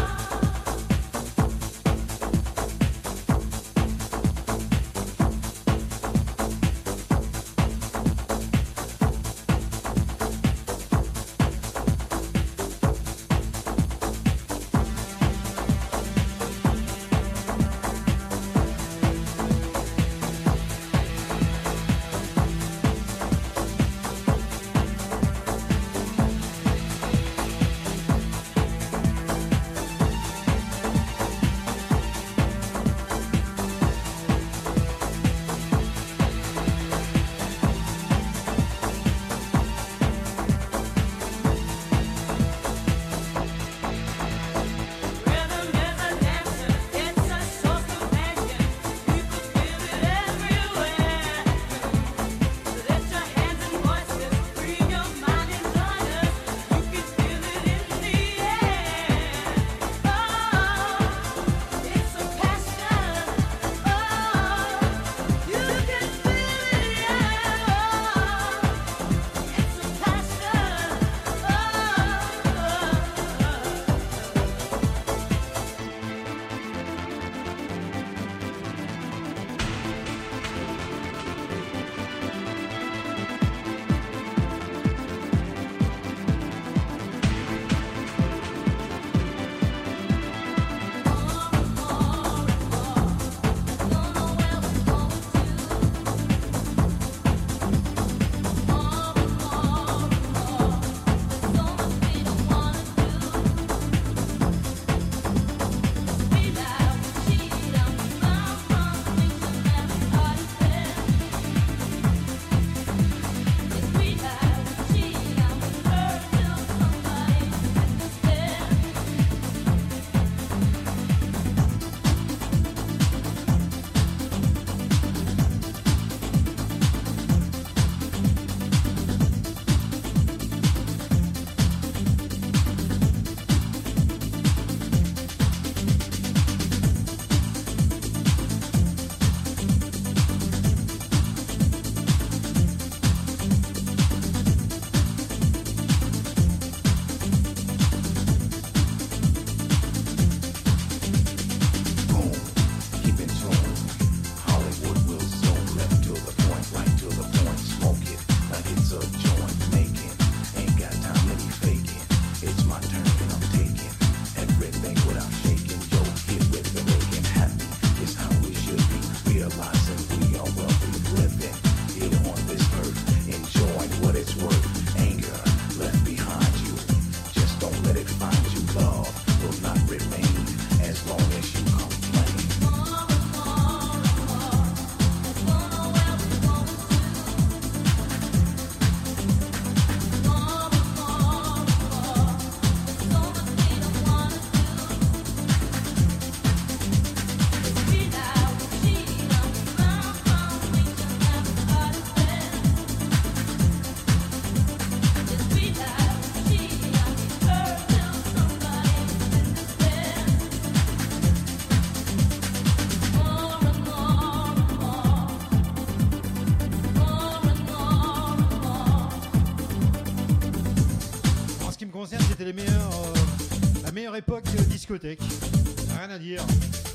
c'était les meilleurs, euh, la meilleure époque euh, discothèque. Rien à dire.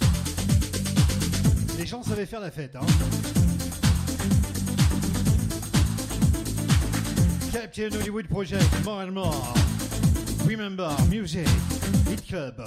Les gens savaient faire la fête. Hein. Captain Hollywood Project, more and more. Remember, music, hit club.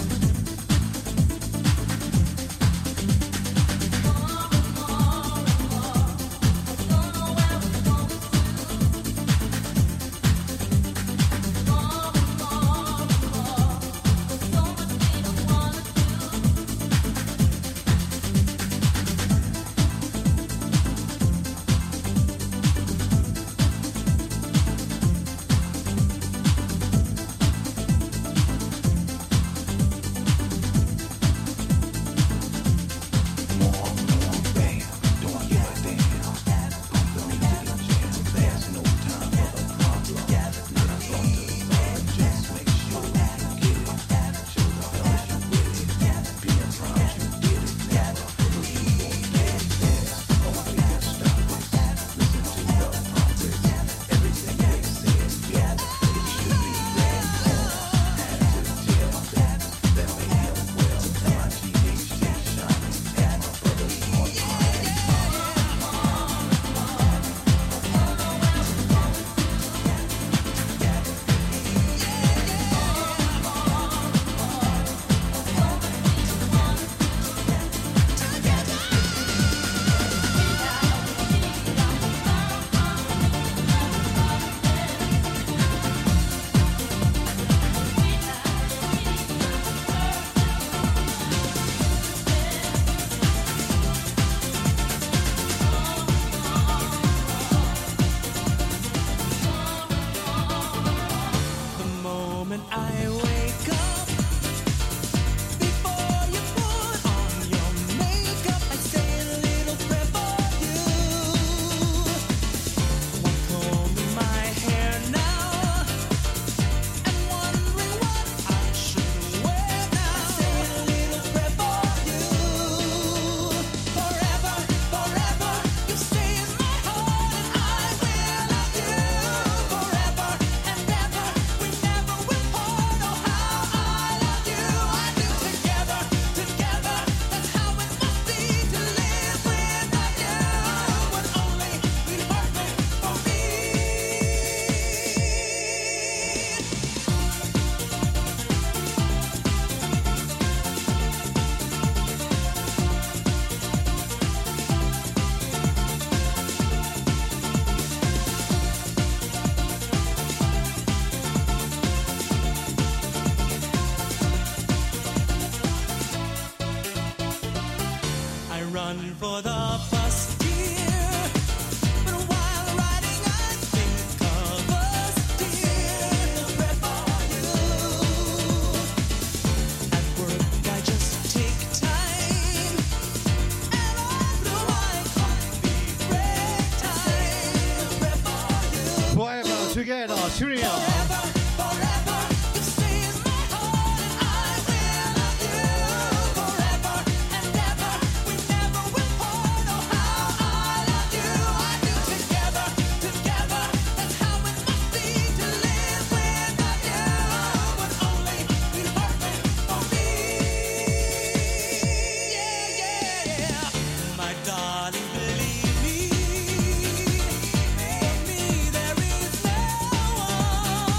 For the bus, dear. But while riding, I think of us, dear. Pray for you. At work, I just take time, and all through my coffee break time. Pray for you. Forever together, Syria. Forever, forever, you stay in my heart, and I will love you forever and ever. We never will part. Oh, how I love you. I do together, together. That's how it must be to live without you. Would only be perfect for me. Yeah, yeah, yeah. My darling, believe me. For me, there is no one.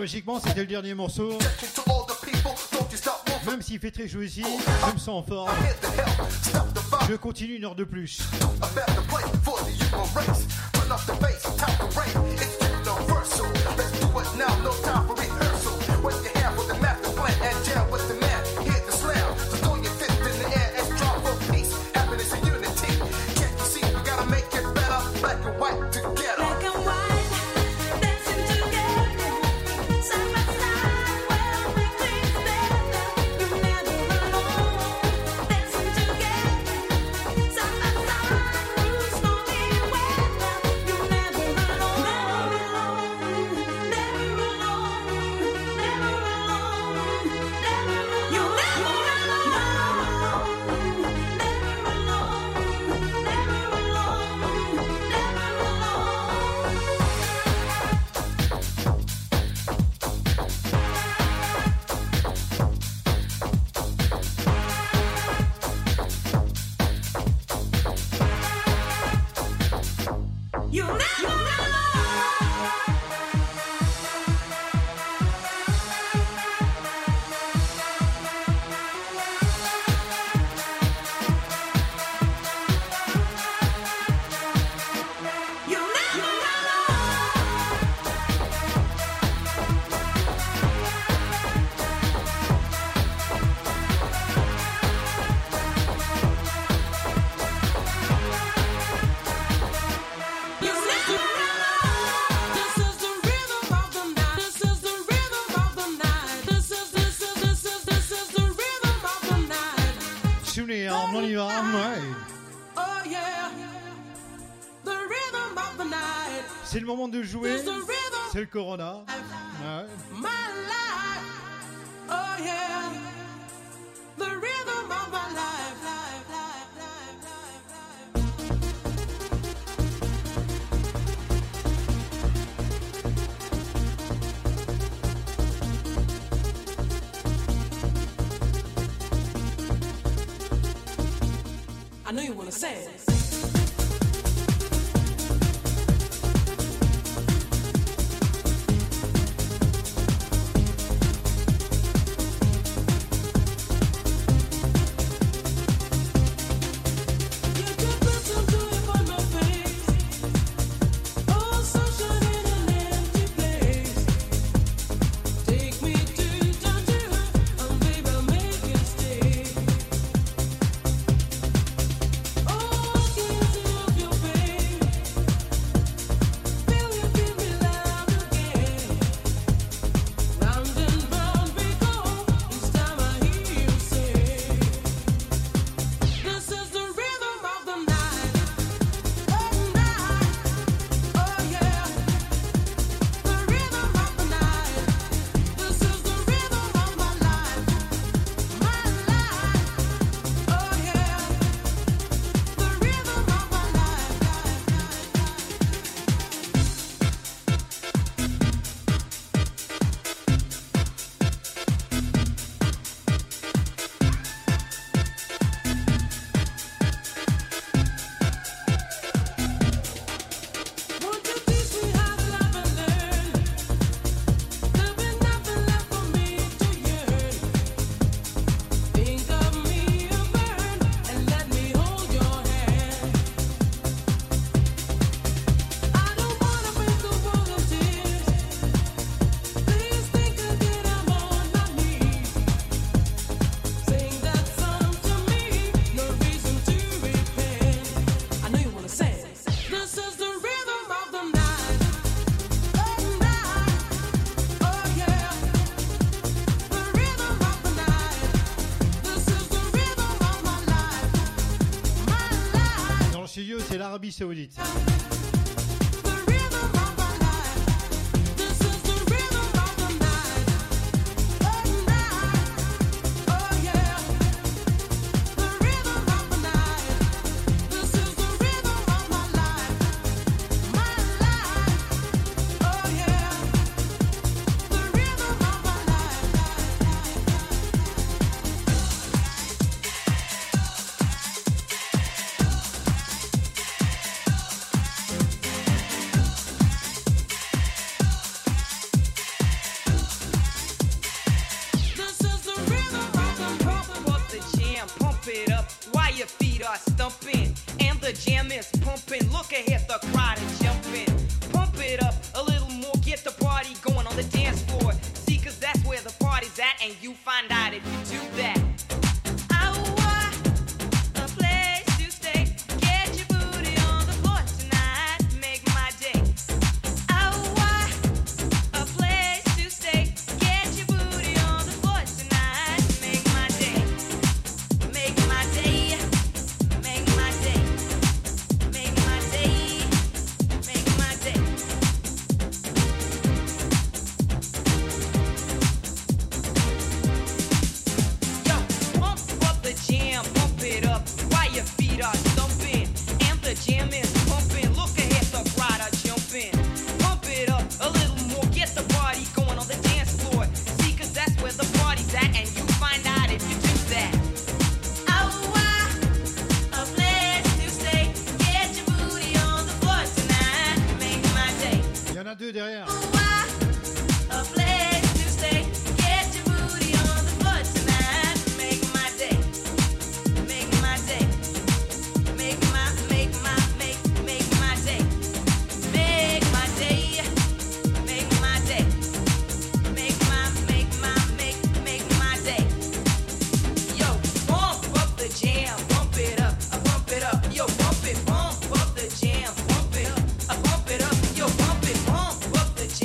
logiquement, c'était le dernier morceau. To all the people, don't you stop moving. Même s'il fait très chaud ici, je me sens en forme. Hit the hell, stop the fire. Je continue une heure de plus. A better play for the human race. Run off the bass, time to rain. It's universal. Let's do it now, no time for rehearsal. Wave your hand with the master plan and jam with the man. Hit the slam. So throw your fist in the air and strive for peace, happiness and unity. Can't you see we gotta make it better? Black and white together. Black and white, dancing together, side by side, we'll make things better. You're never alone. Dancing together, side by side, through stormy weather. You're never alone, never alone, never alone, never alone, never alone. You're never alone, never alone, never alone, never alone. You never You never You never This is the rhythm of the night. This is the rhythm of the night. This is this is this is this is the rhythm of the night. Souvenir, on y va, ouais. Oh yeah. The rhythm of the night. C'est le moment de jouer. This is the rhythm C'est le Corona. Ouais. of my life. Oh yeah. The rhythm of my life. Life, life, life, life, life. I know you wanna say it. This is the rhythm of the night. Oh, night. Oh, yeah. The rhythm of the night. This is the rhythm of my life. My life. Oh, yeah. The rhythm of my Won't you teach me how to love and learn? There'll be nothing left for me to yearn. Think of me and burn, and let me hold your hand. I don't wanna break the world of tears. Please think again, I'm on my knees. Sing that song to me, no reason to repent. I know you wanna say it. This is the rhythm of the night. Oh, night. Oh, yeah. The rhythm of the night. This is the rhythm of my life. My life. Dans le studio, c'est l'Arabie Saoudite. The rhythm of my life. This is the rhythm of the night. Oh, night. Oh, yeah. The rhythm of the night. This is the rhythm of my life. My life. Oh, yeah. The rhythm of my life. feet are stumping and the jam is pumping. Look ahead, the crowd is jumping. Pump it up a little more, get the party going on the dance floor. See, cause that's where the party's at, and you find out if you do that. Bump it,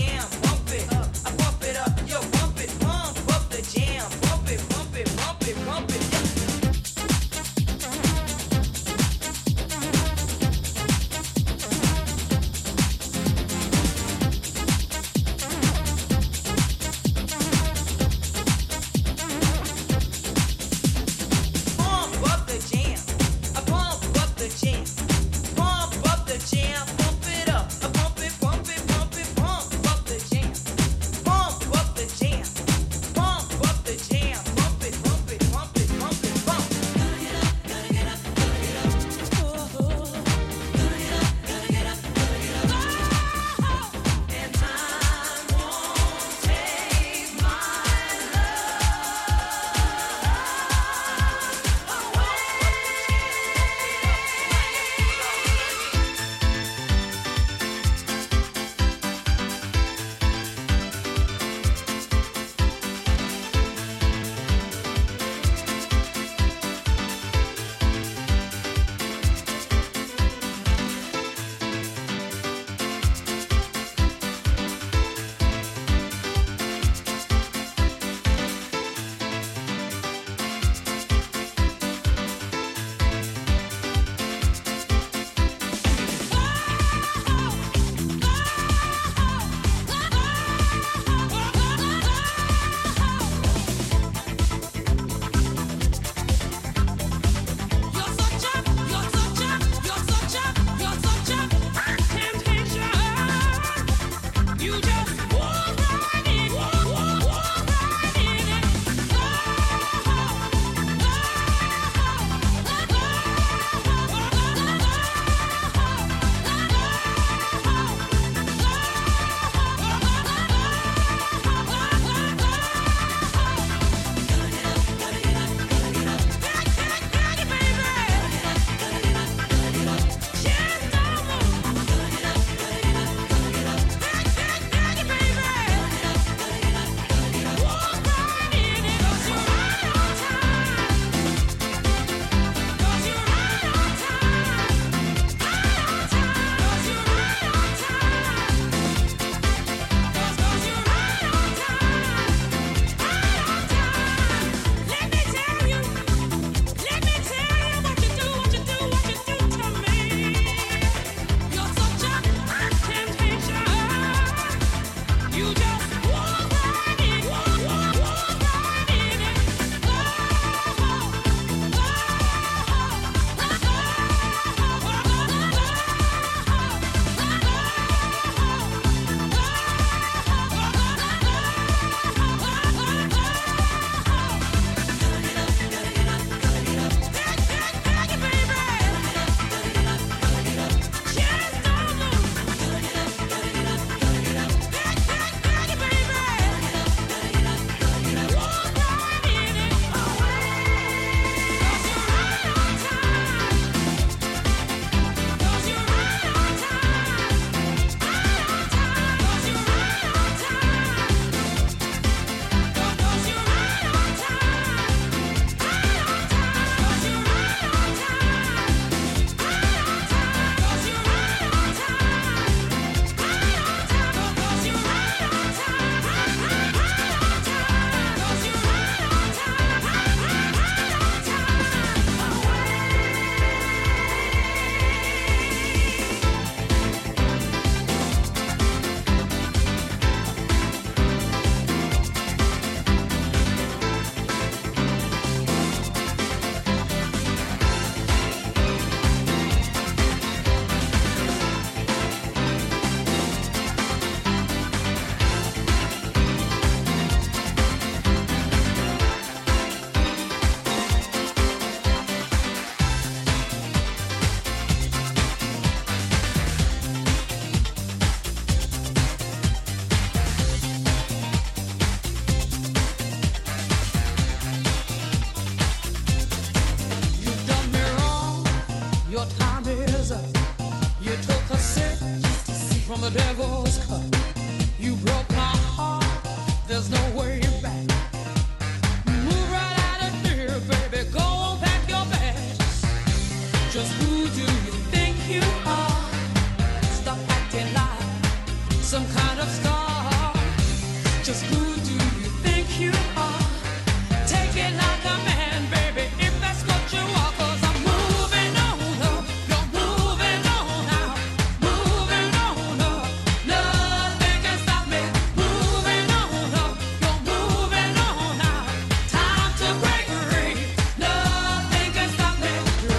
the devil's cut. You broke my heart, there's no way back. Move right out of here, baby, go pack your bags. Just who do you think you are? Stop acting like some kind of star. Just who do you think you are? Take it like a man, baby, if that's what you are. 'Cause I'm moving on up, you're moving on out, moving on up. Nothing can stop me. Moving on up, you're moving on out. Time to break free. Nothing can stop me.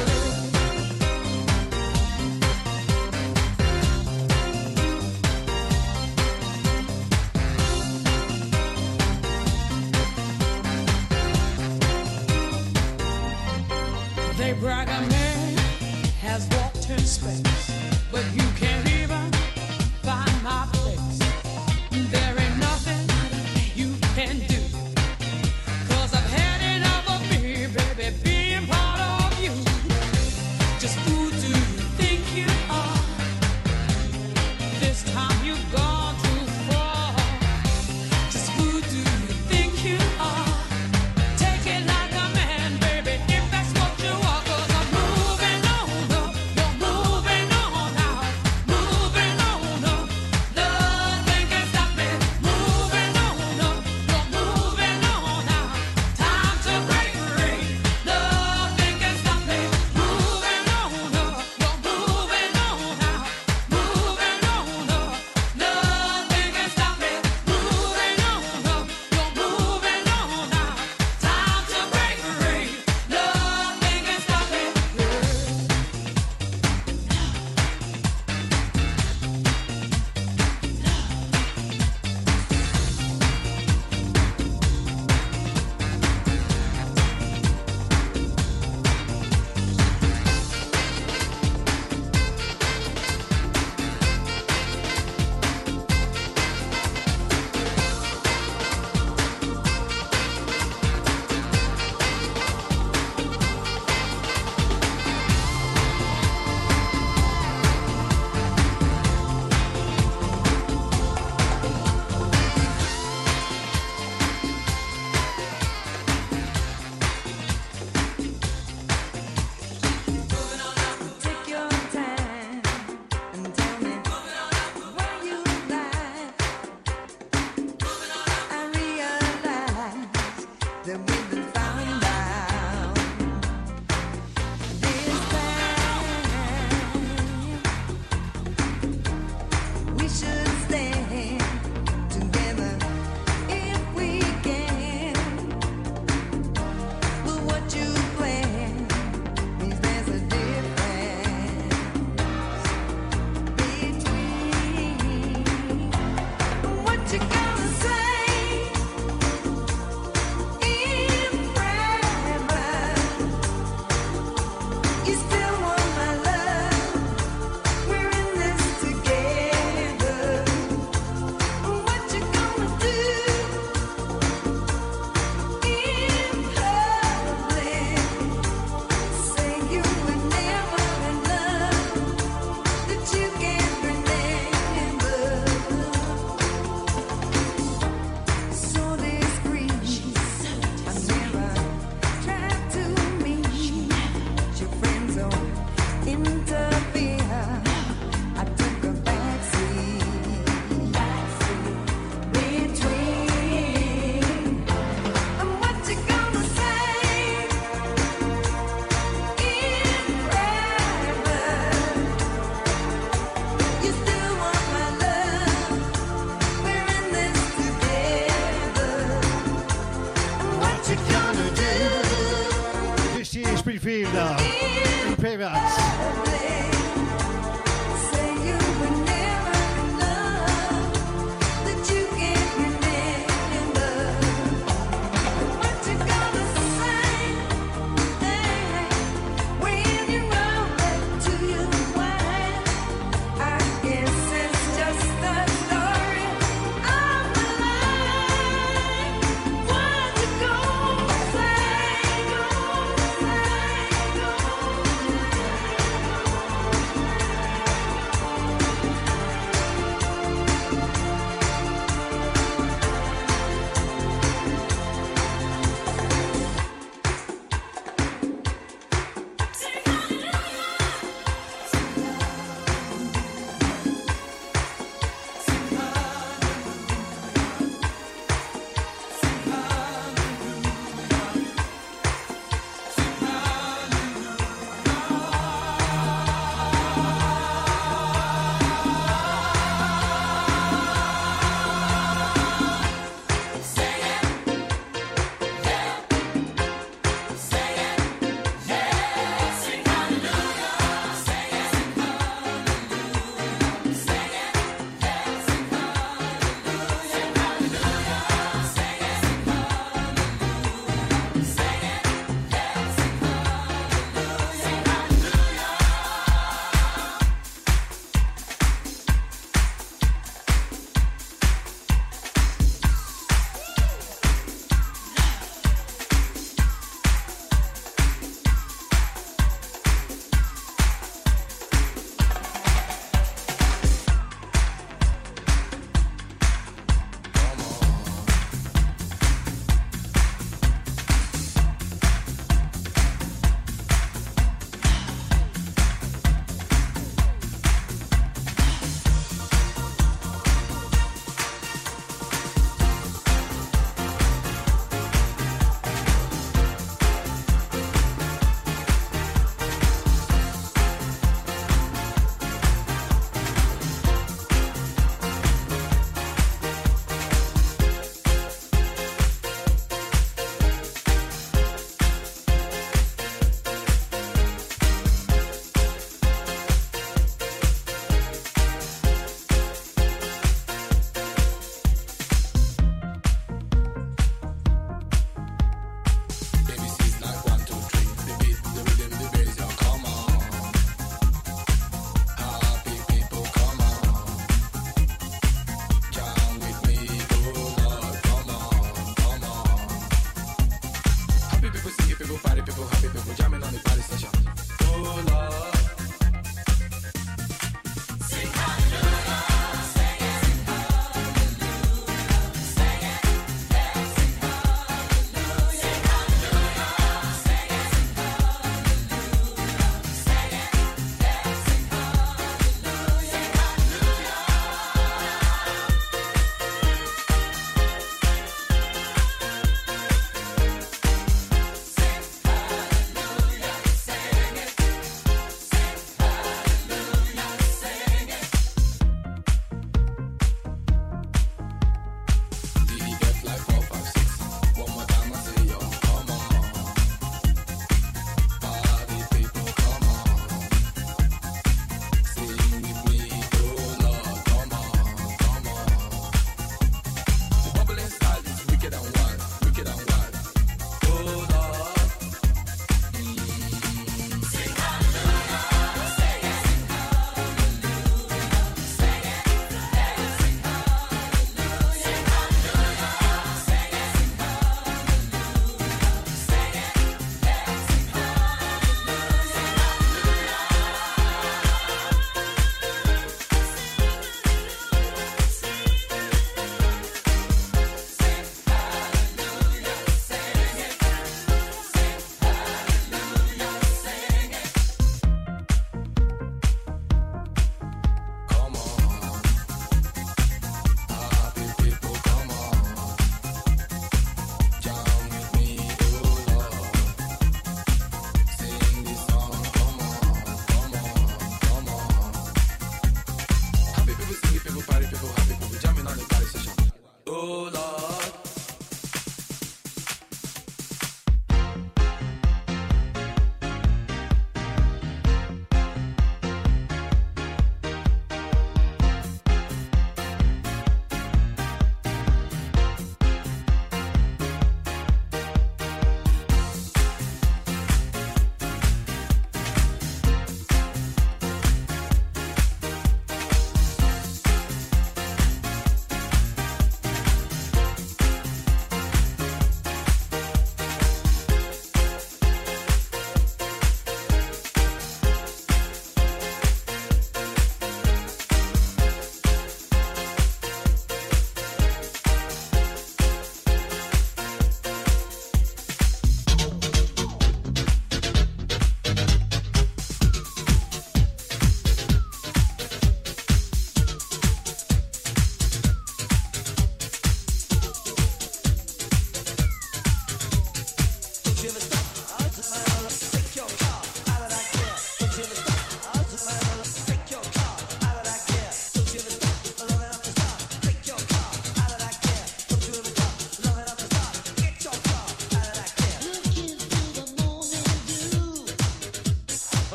They brag a man has walked in space, but you can't even find my place. There ain't nothing you can do, 'cause I've had enough of me, baby, being part of you. Just who do you think you are? This time you've gone too far. Just who do you think you are? Take it like a man, baby, if that's what you are. 'Cause I'm moving on up, you're moving on out, moving on up. Nothing can stop me. Moving on up, you're moving on out. Time to break free. Nothing can stop me. Moving on up, you're moving on out, moving on up. Nothing can stop me. Moving on up, you're moving on out. Time to break free. Nothing can stop me. Take your time and tell me where you lie. I realize that we've been found out. This time we should stand together if we can. But what you plan means there's a difference between what you gonna say in private. You still want my love. We're in this together. What you gonna do in public? Say you were never in love, that you can't remember. So discreet, I never tried to meet your friends or interfere. I took a backseat between. And what you gonna say in private? You still want my love. We're in this together. And what you gonna do Ici Springfield, in private. public? Say you were never in love, that you can't remember. What you gonna say when you run back to your wife? I guess it's just the story of my life. What you gonna say? Gonna say, gonna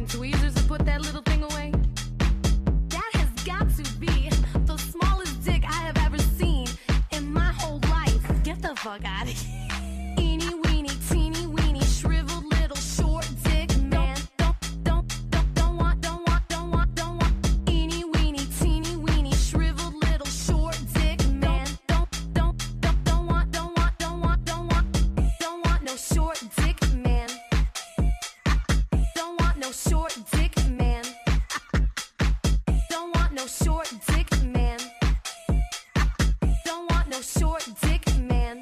tweezers to put that little thing away? That has got to be the smallest dick I have ever seen in my whole life. Get the fuck out of here. Eeny weeny, teeny weeny, shriveled little short dick man. Don't, don't, don't, don't want, don't want, don't want, don't want. Eeny weeny, teeny weeny, shriveled little short dick man. Don't, don't, don't, don't want, don't want, don't want, don't want, don't want no short dick man. Don't want no short dick man. Don't want no short dick man. Don't want no short dick man.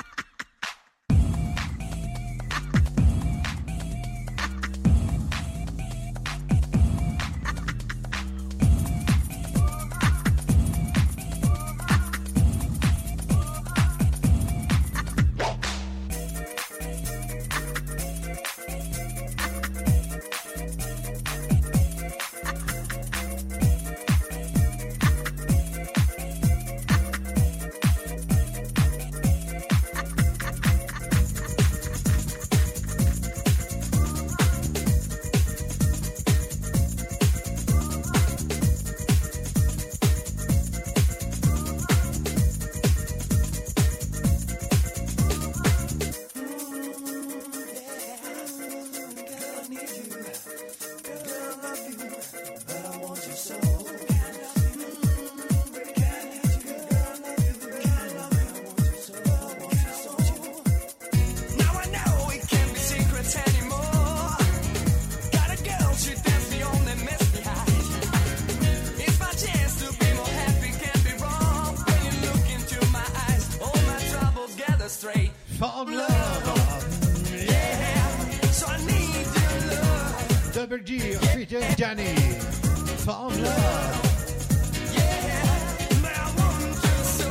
Now I know it can't be secrets anymore. Got a girl, she dance me on and miss me high. It's my chance to be more happy, can't be wrong. When you look into my eyes, all my troubles gather straight. From Love. Yeah, so I need your love. Double G, Peter Danny. From Love. Yeah, but I want you so.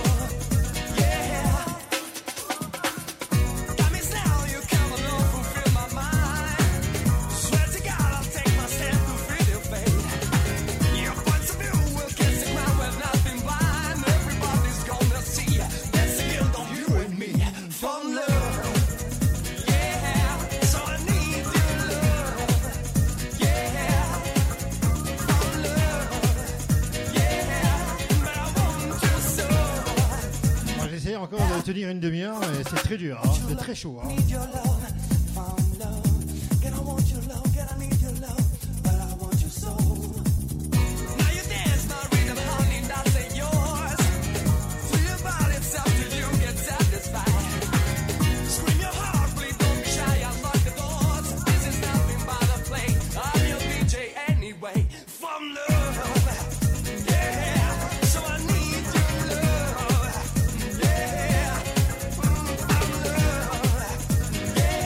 Yeah. That means now you come along, fulfill my mind. Swear to God, I'll take my stand to feel your fate. Your points of view will kiss the ground with nothing blind. Everybody's gonna see that's the guilt of you and me. From love. Yeah, so I need your love. Yeah, from love. Yeah, but I want you so. Moi, j'essaie encore de tenir une demi-heure, mais c'est très dur, hein. C'est très chaud. Hein. Need your love, found love. Can I want your love? Can I need your love? But I want you so. Now you dance, my rhythm, honey, that's it, yours. Feel your body, it's up till you get satisfied. Scream your heart, please don't be shy. I lock the doors. This is nothing but a play. I'm your D J anyway. From love, yeah. So I need your love, yeah. From love, yeah.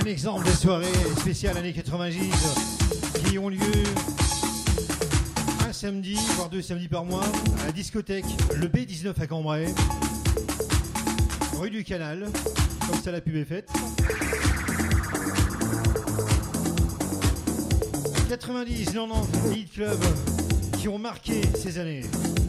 exemple des soirées spéciales années quatre-vingt-dix qui ont lieu un samedi, voire deux samedis par mois, à la discothèque Le B dix-neuf à Cambrai, rue du Canal, comme ça la pub est faite. quatre-vingt-dix, quatre-vingt-dix, hit club qui ont marqué ces années.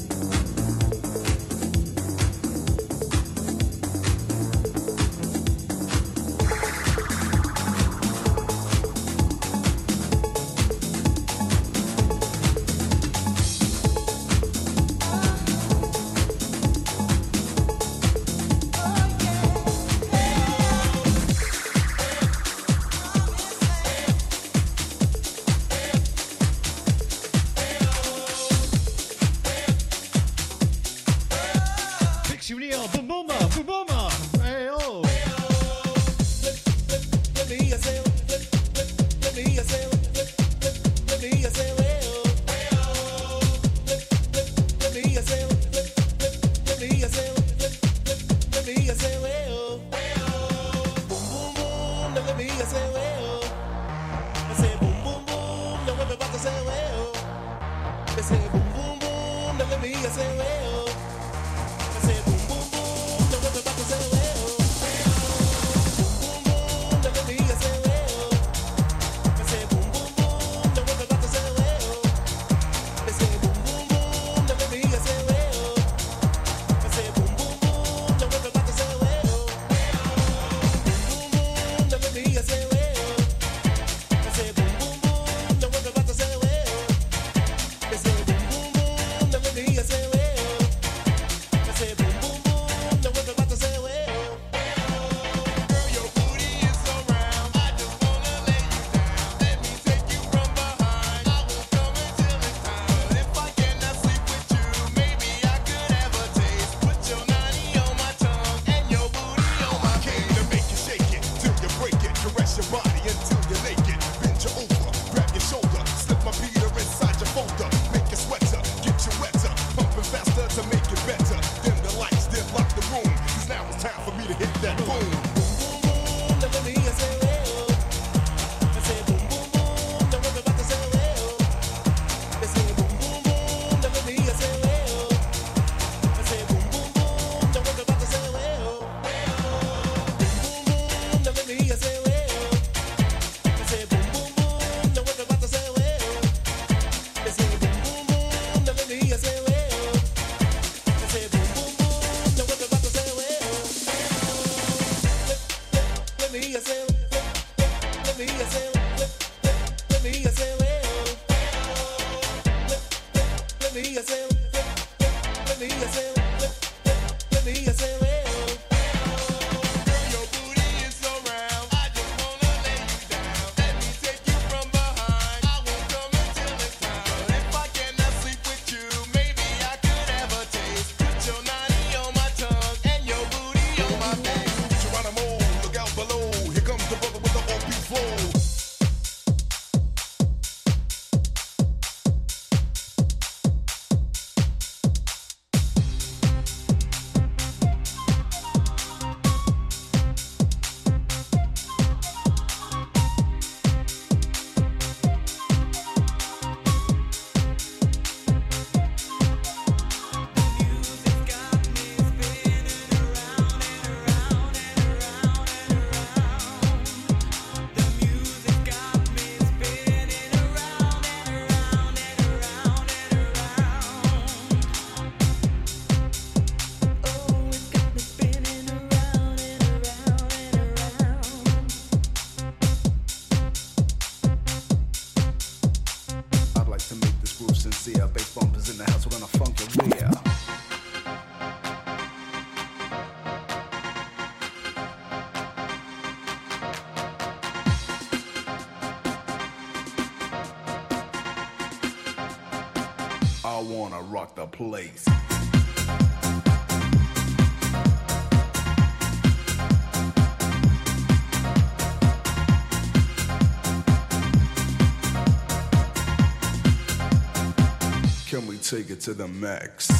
I wanna rock the place. Can we take it to the max?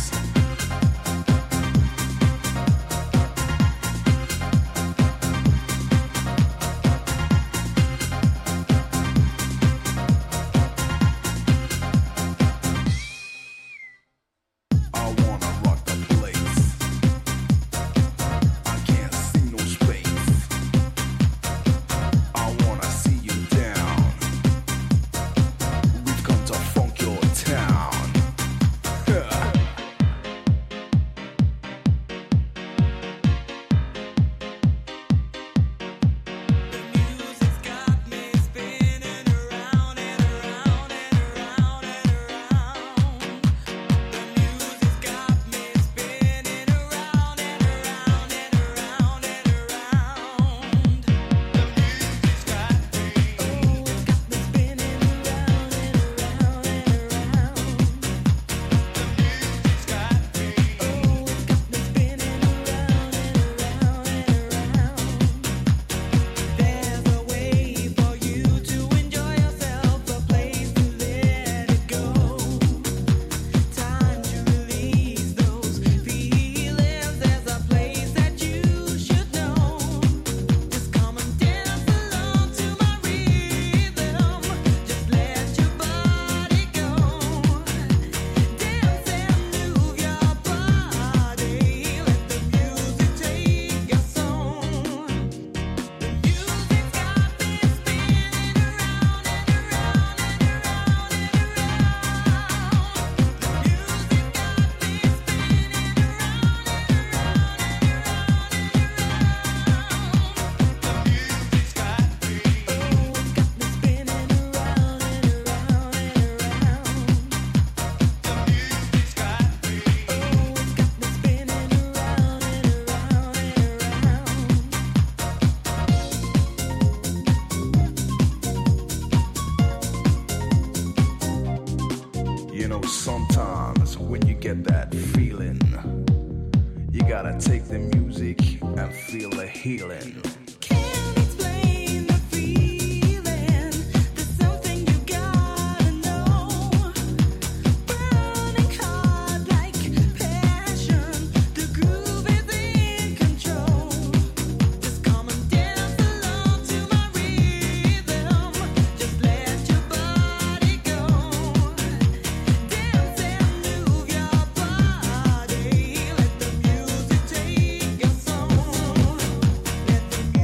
Sometimes when you get that feeling, you gotta take the music and feel the healing. Can't explain the feeling. There's something you gotta know. Burning hard like passion. The groove is in control. Just come and dance along to my rhythm. Just let your body go. Dance and move your body. Let the music take your soul. Let the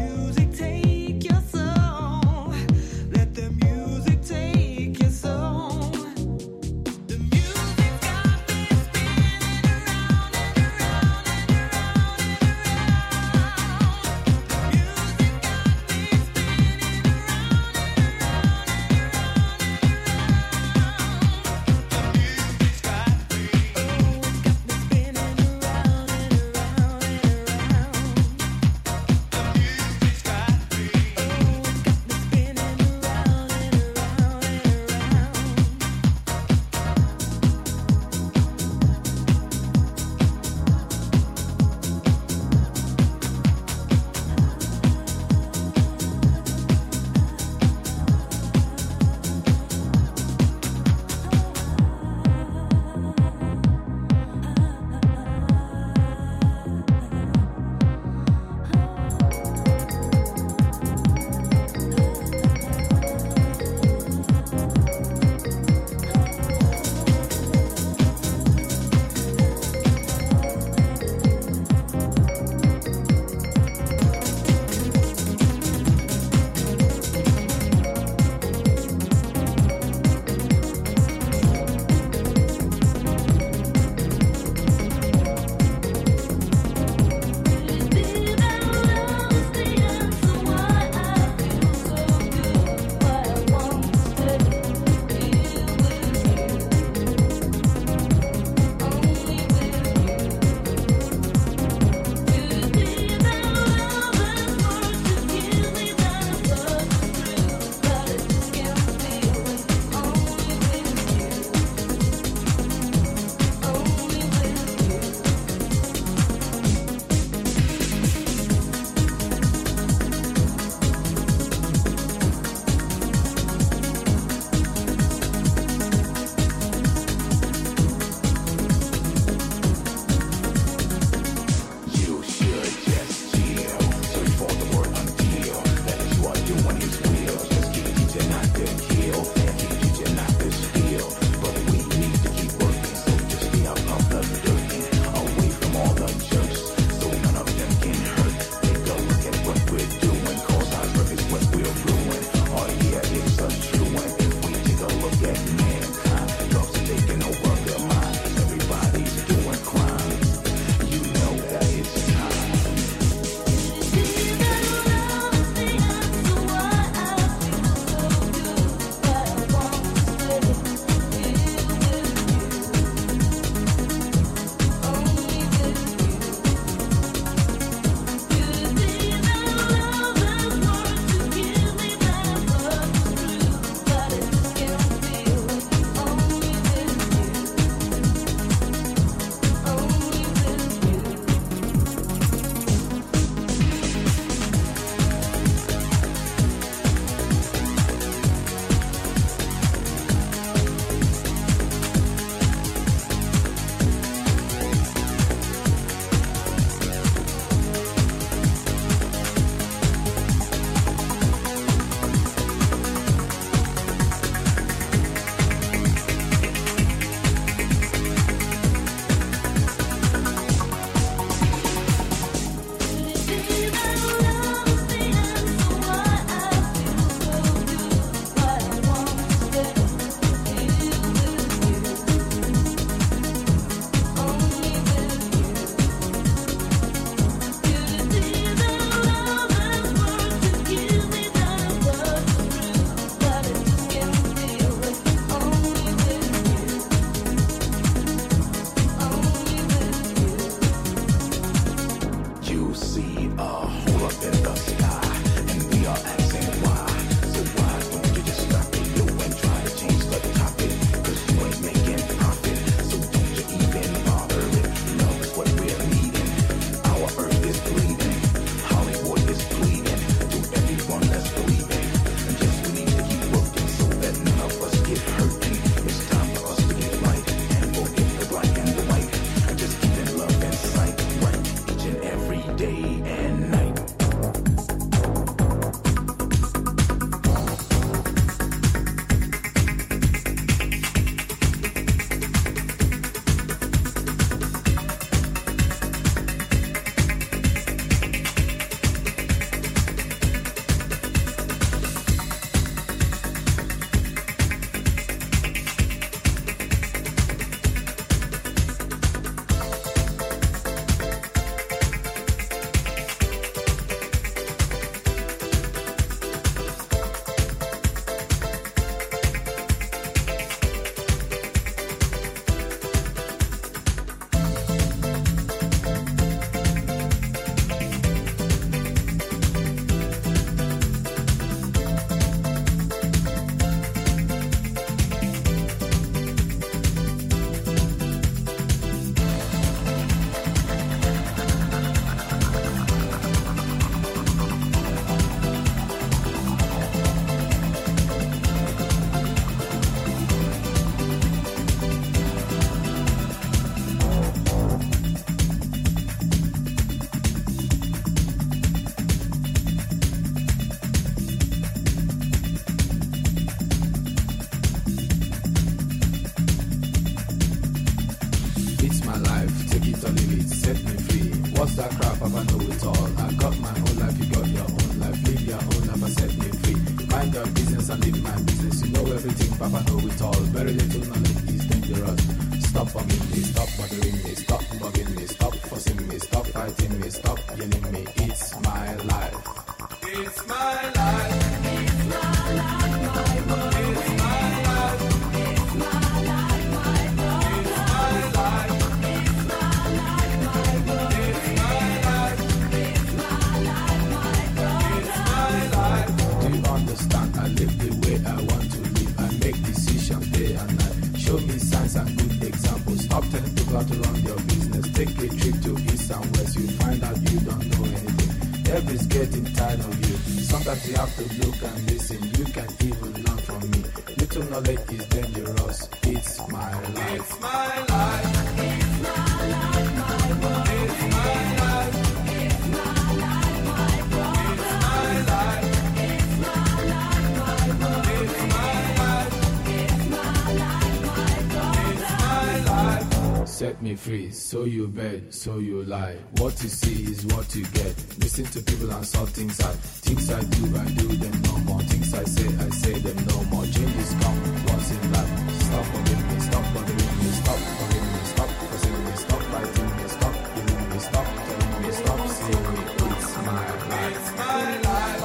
What's that crap? Papa know it all. I got my own life, you got your own life. Live your own life and set me free. Mind your business and live my business. You know everything, Papa know it all. Very little knowledge is dangerous. Stop bugging me, stop bothering me, stop bugging me, stop forcing me, stop fighting me, stop yelling me. It's my life. It's my life. It's my life, my world. It's my life. It's my life, my world. It's my life. It's my life, my world. It's my life. It's my life, my world. It's my life. Do you understand? I live the way I want to live. I make decisions day and night. Show me signs and good examples. Stop telling people how to run your business. Take a trip to east and west. You find out you don't know anything. Everybody's getting tired of you. Sometimes you have to look and listen. You can even learn from me. Little knowledge is dangerous. It's my life. It's my life. It's my life, my world. It's my life. It's my life, my world. It's my life. It's my life, my world. It's my life. It's my life, my world. It's my life. Set me free, so you beg, so you lie. What you see is what you get. Listen to people and saw things I things I do, I do them no more. Things I say, I say them no more. Changes come once in life. Stop forgiving me, stop bothering me, stop forgiving me, stop forcing me, stop fighting me, stop killing me, stop telling me, stop saying me. It's my life. It's my life.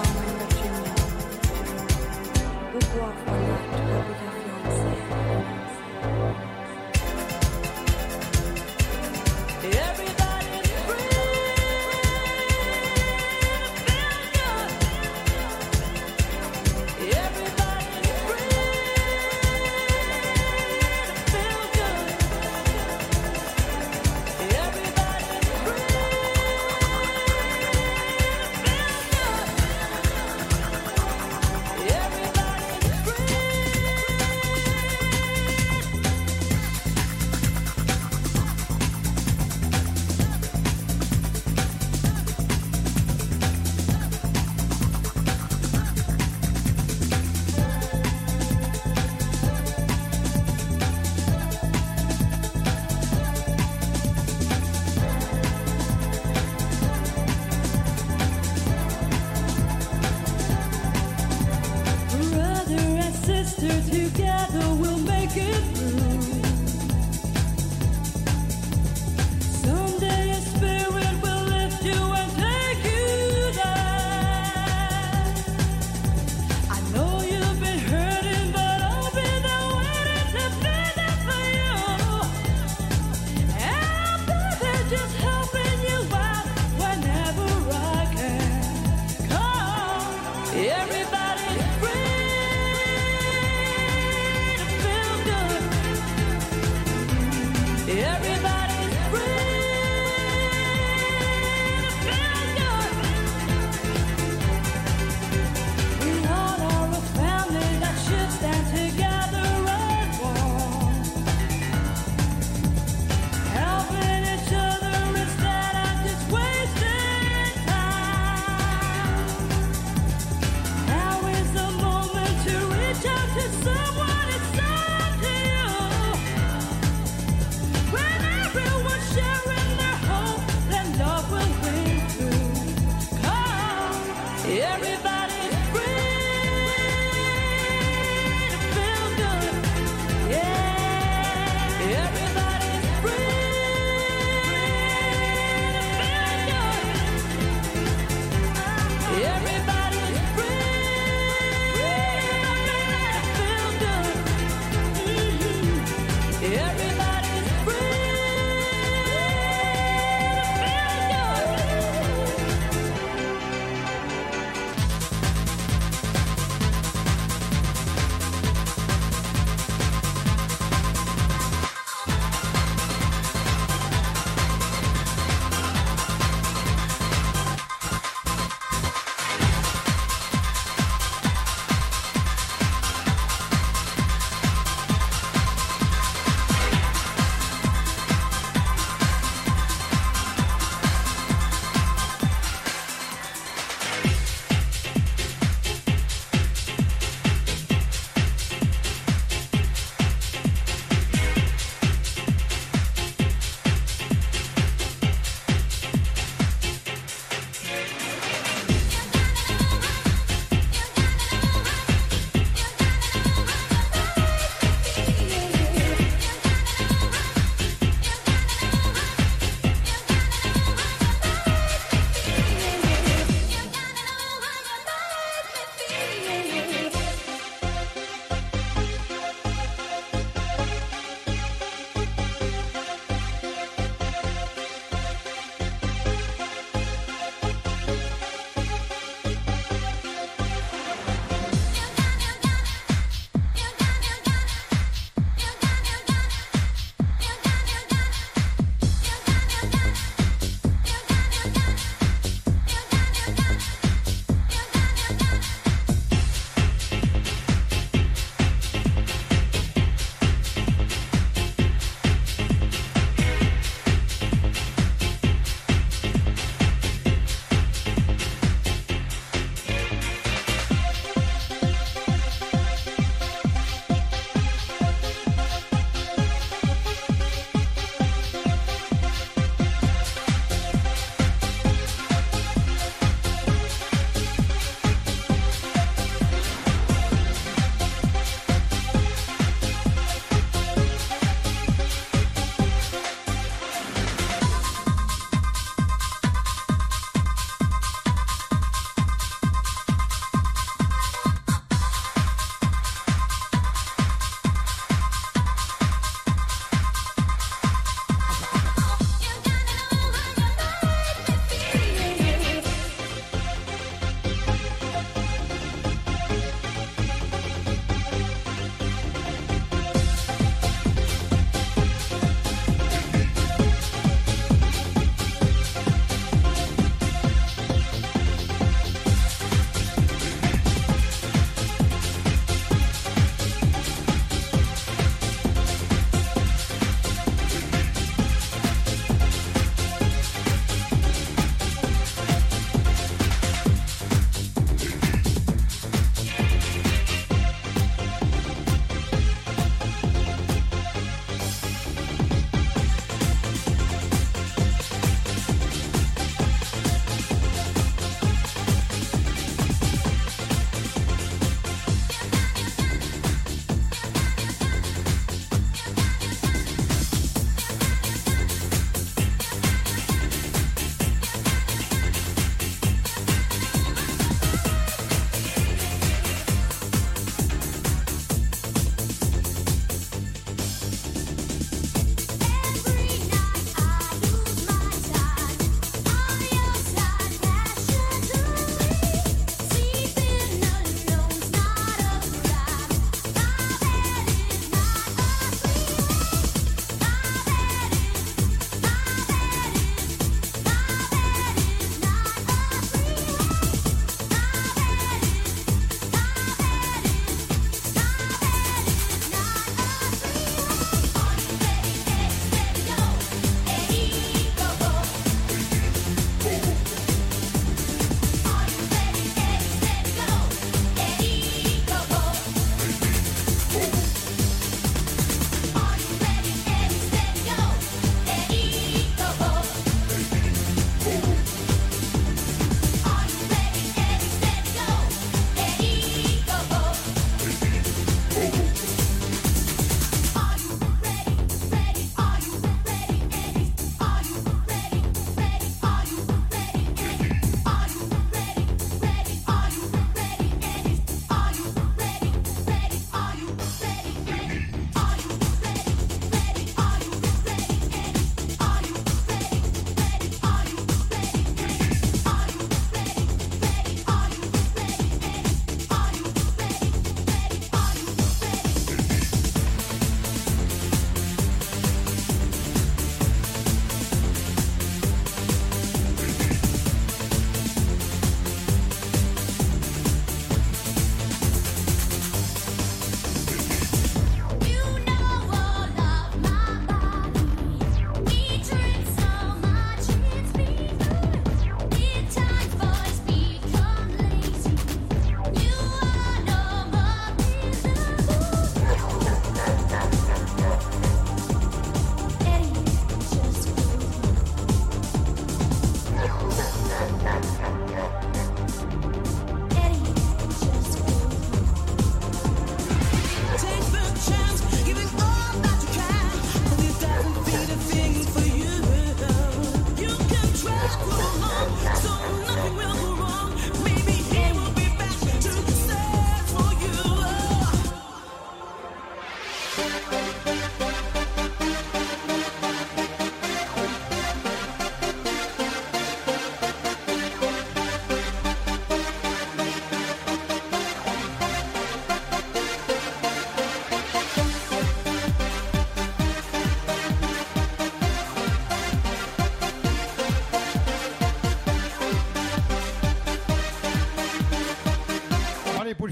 Everybody's free. Feel good.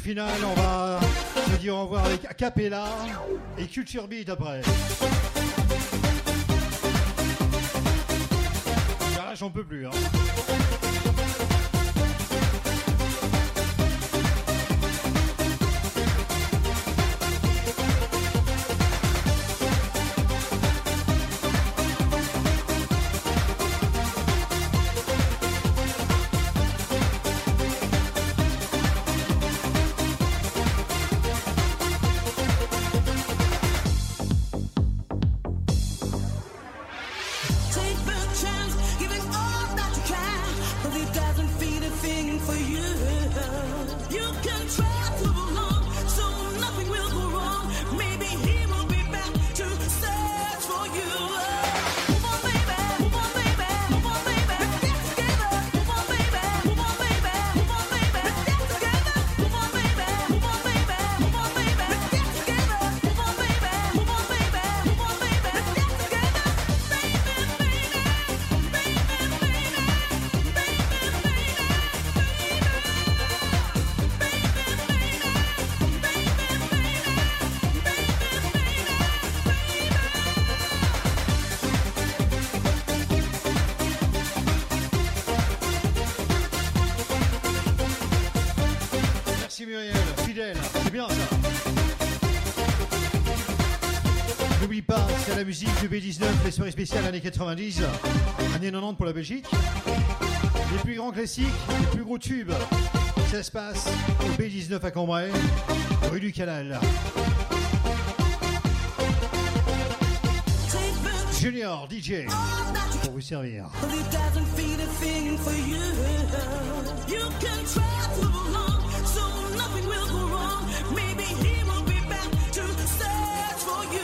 finale, on va se dire au revoir avec Acapella et Culture Beat après. Car là, j'en peux plus. Hein. Take the chance, giving all that you can. Believe doesn't feed a thing for you. You can try to belong, so nothing will go wrong. Maybe he will be back to search for you. Move on, baby, move on, baby, move on, baby. Let's get together. Move on, baby, move on, baby, move on, baby. Let's get together. Move on, baby, move on, baby, move on, baby. Let's get together. Move on, baby, move on, baby, move on, baby. Let's get together. Merci Muriel, fidèle, c'est bien ça. N'oublie pas, c'est la musique du B dix-neuf, les soirées spéciales années quatre-vingt-dix, années quatre-vingt-dix pour la Belgique. Les plus grands classiques, les plus gros tubes, ça se passe au B dix-neuf à Cambrai, rue du Canal. Junior, D J, pour vous servir. But it doesn't feed a thing for you. You can try to belong, so nothing will go wrong. Maybe he will be back to search for you.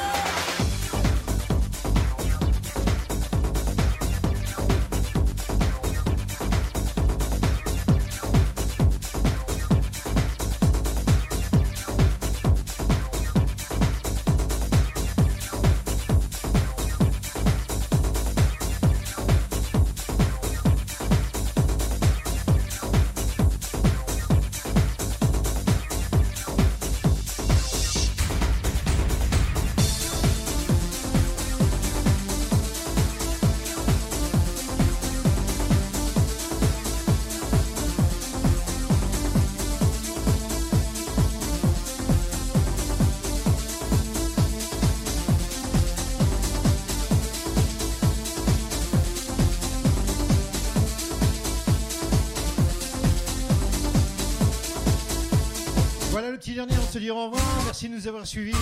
Voilà le petit dernier, on se dit au revoir. Merci de nous avoir suivis.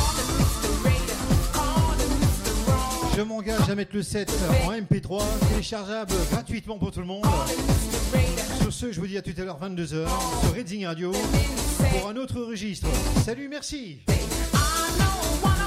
Je m'engage à mettre le set en M P trois, téléchargeable gratuitement pour tout le monde. Sur ce, je vous dis à tout à l'heure vingt-deux heures sur Redzing Radio pour un autre registre. Salut, merci. I know one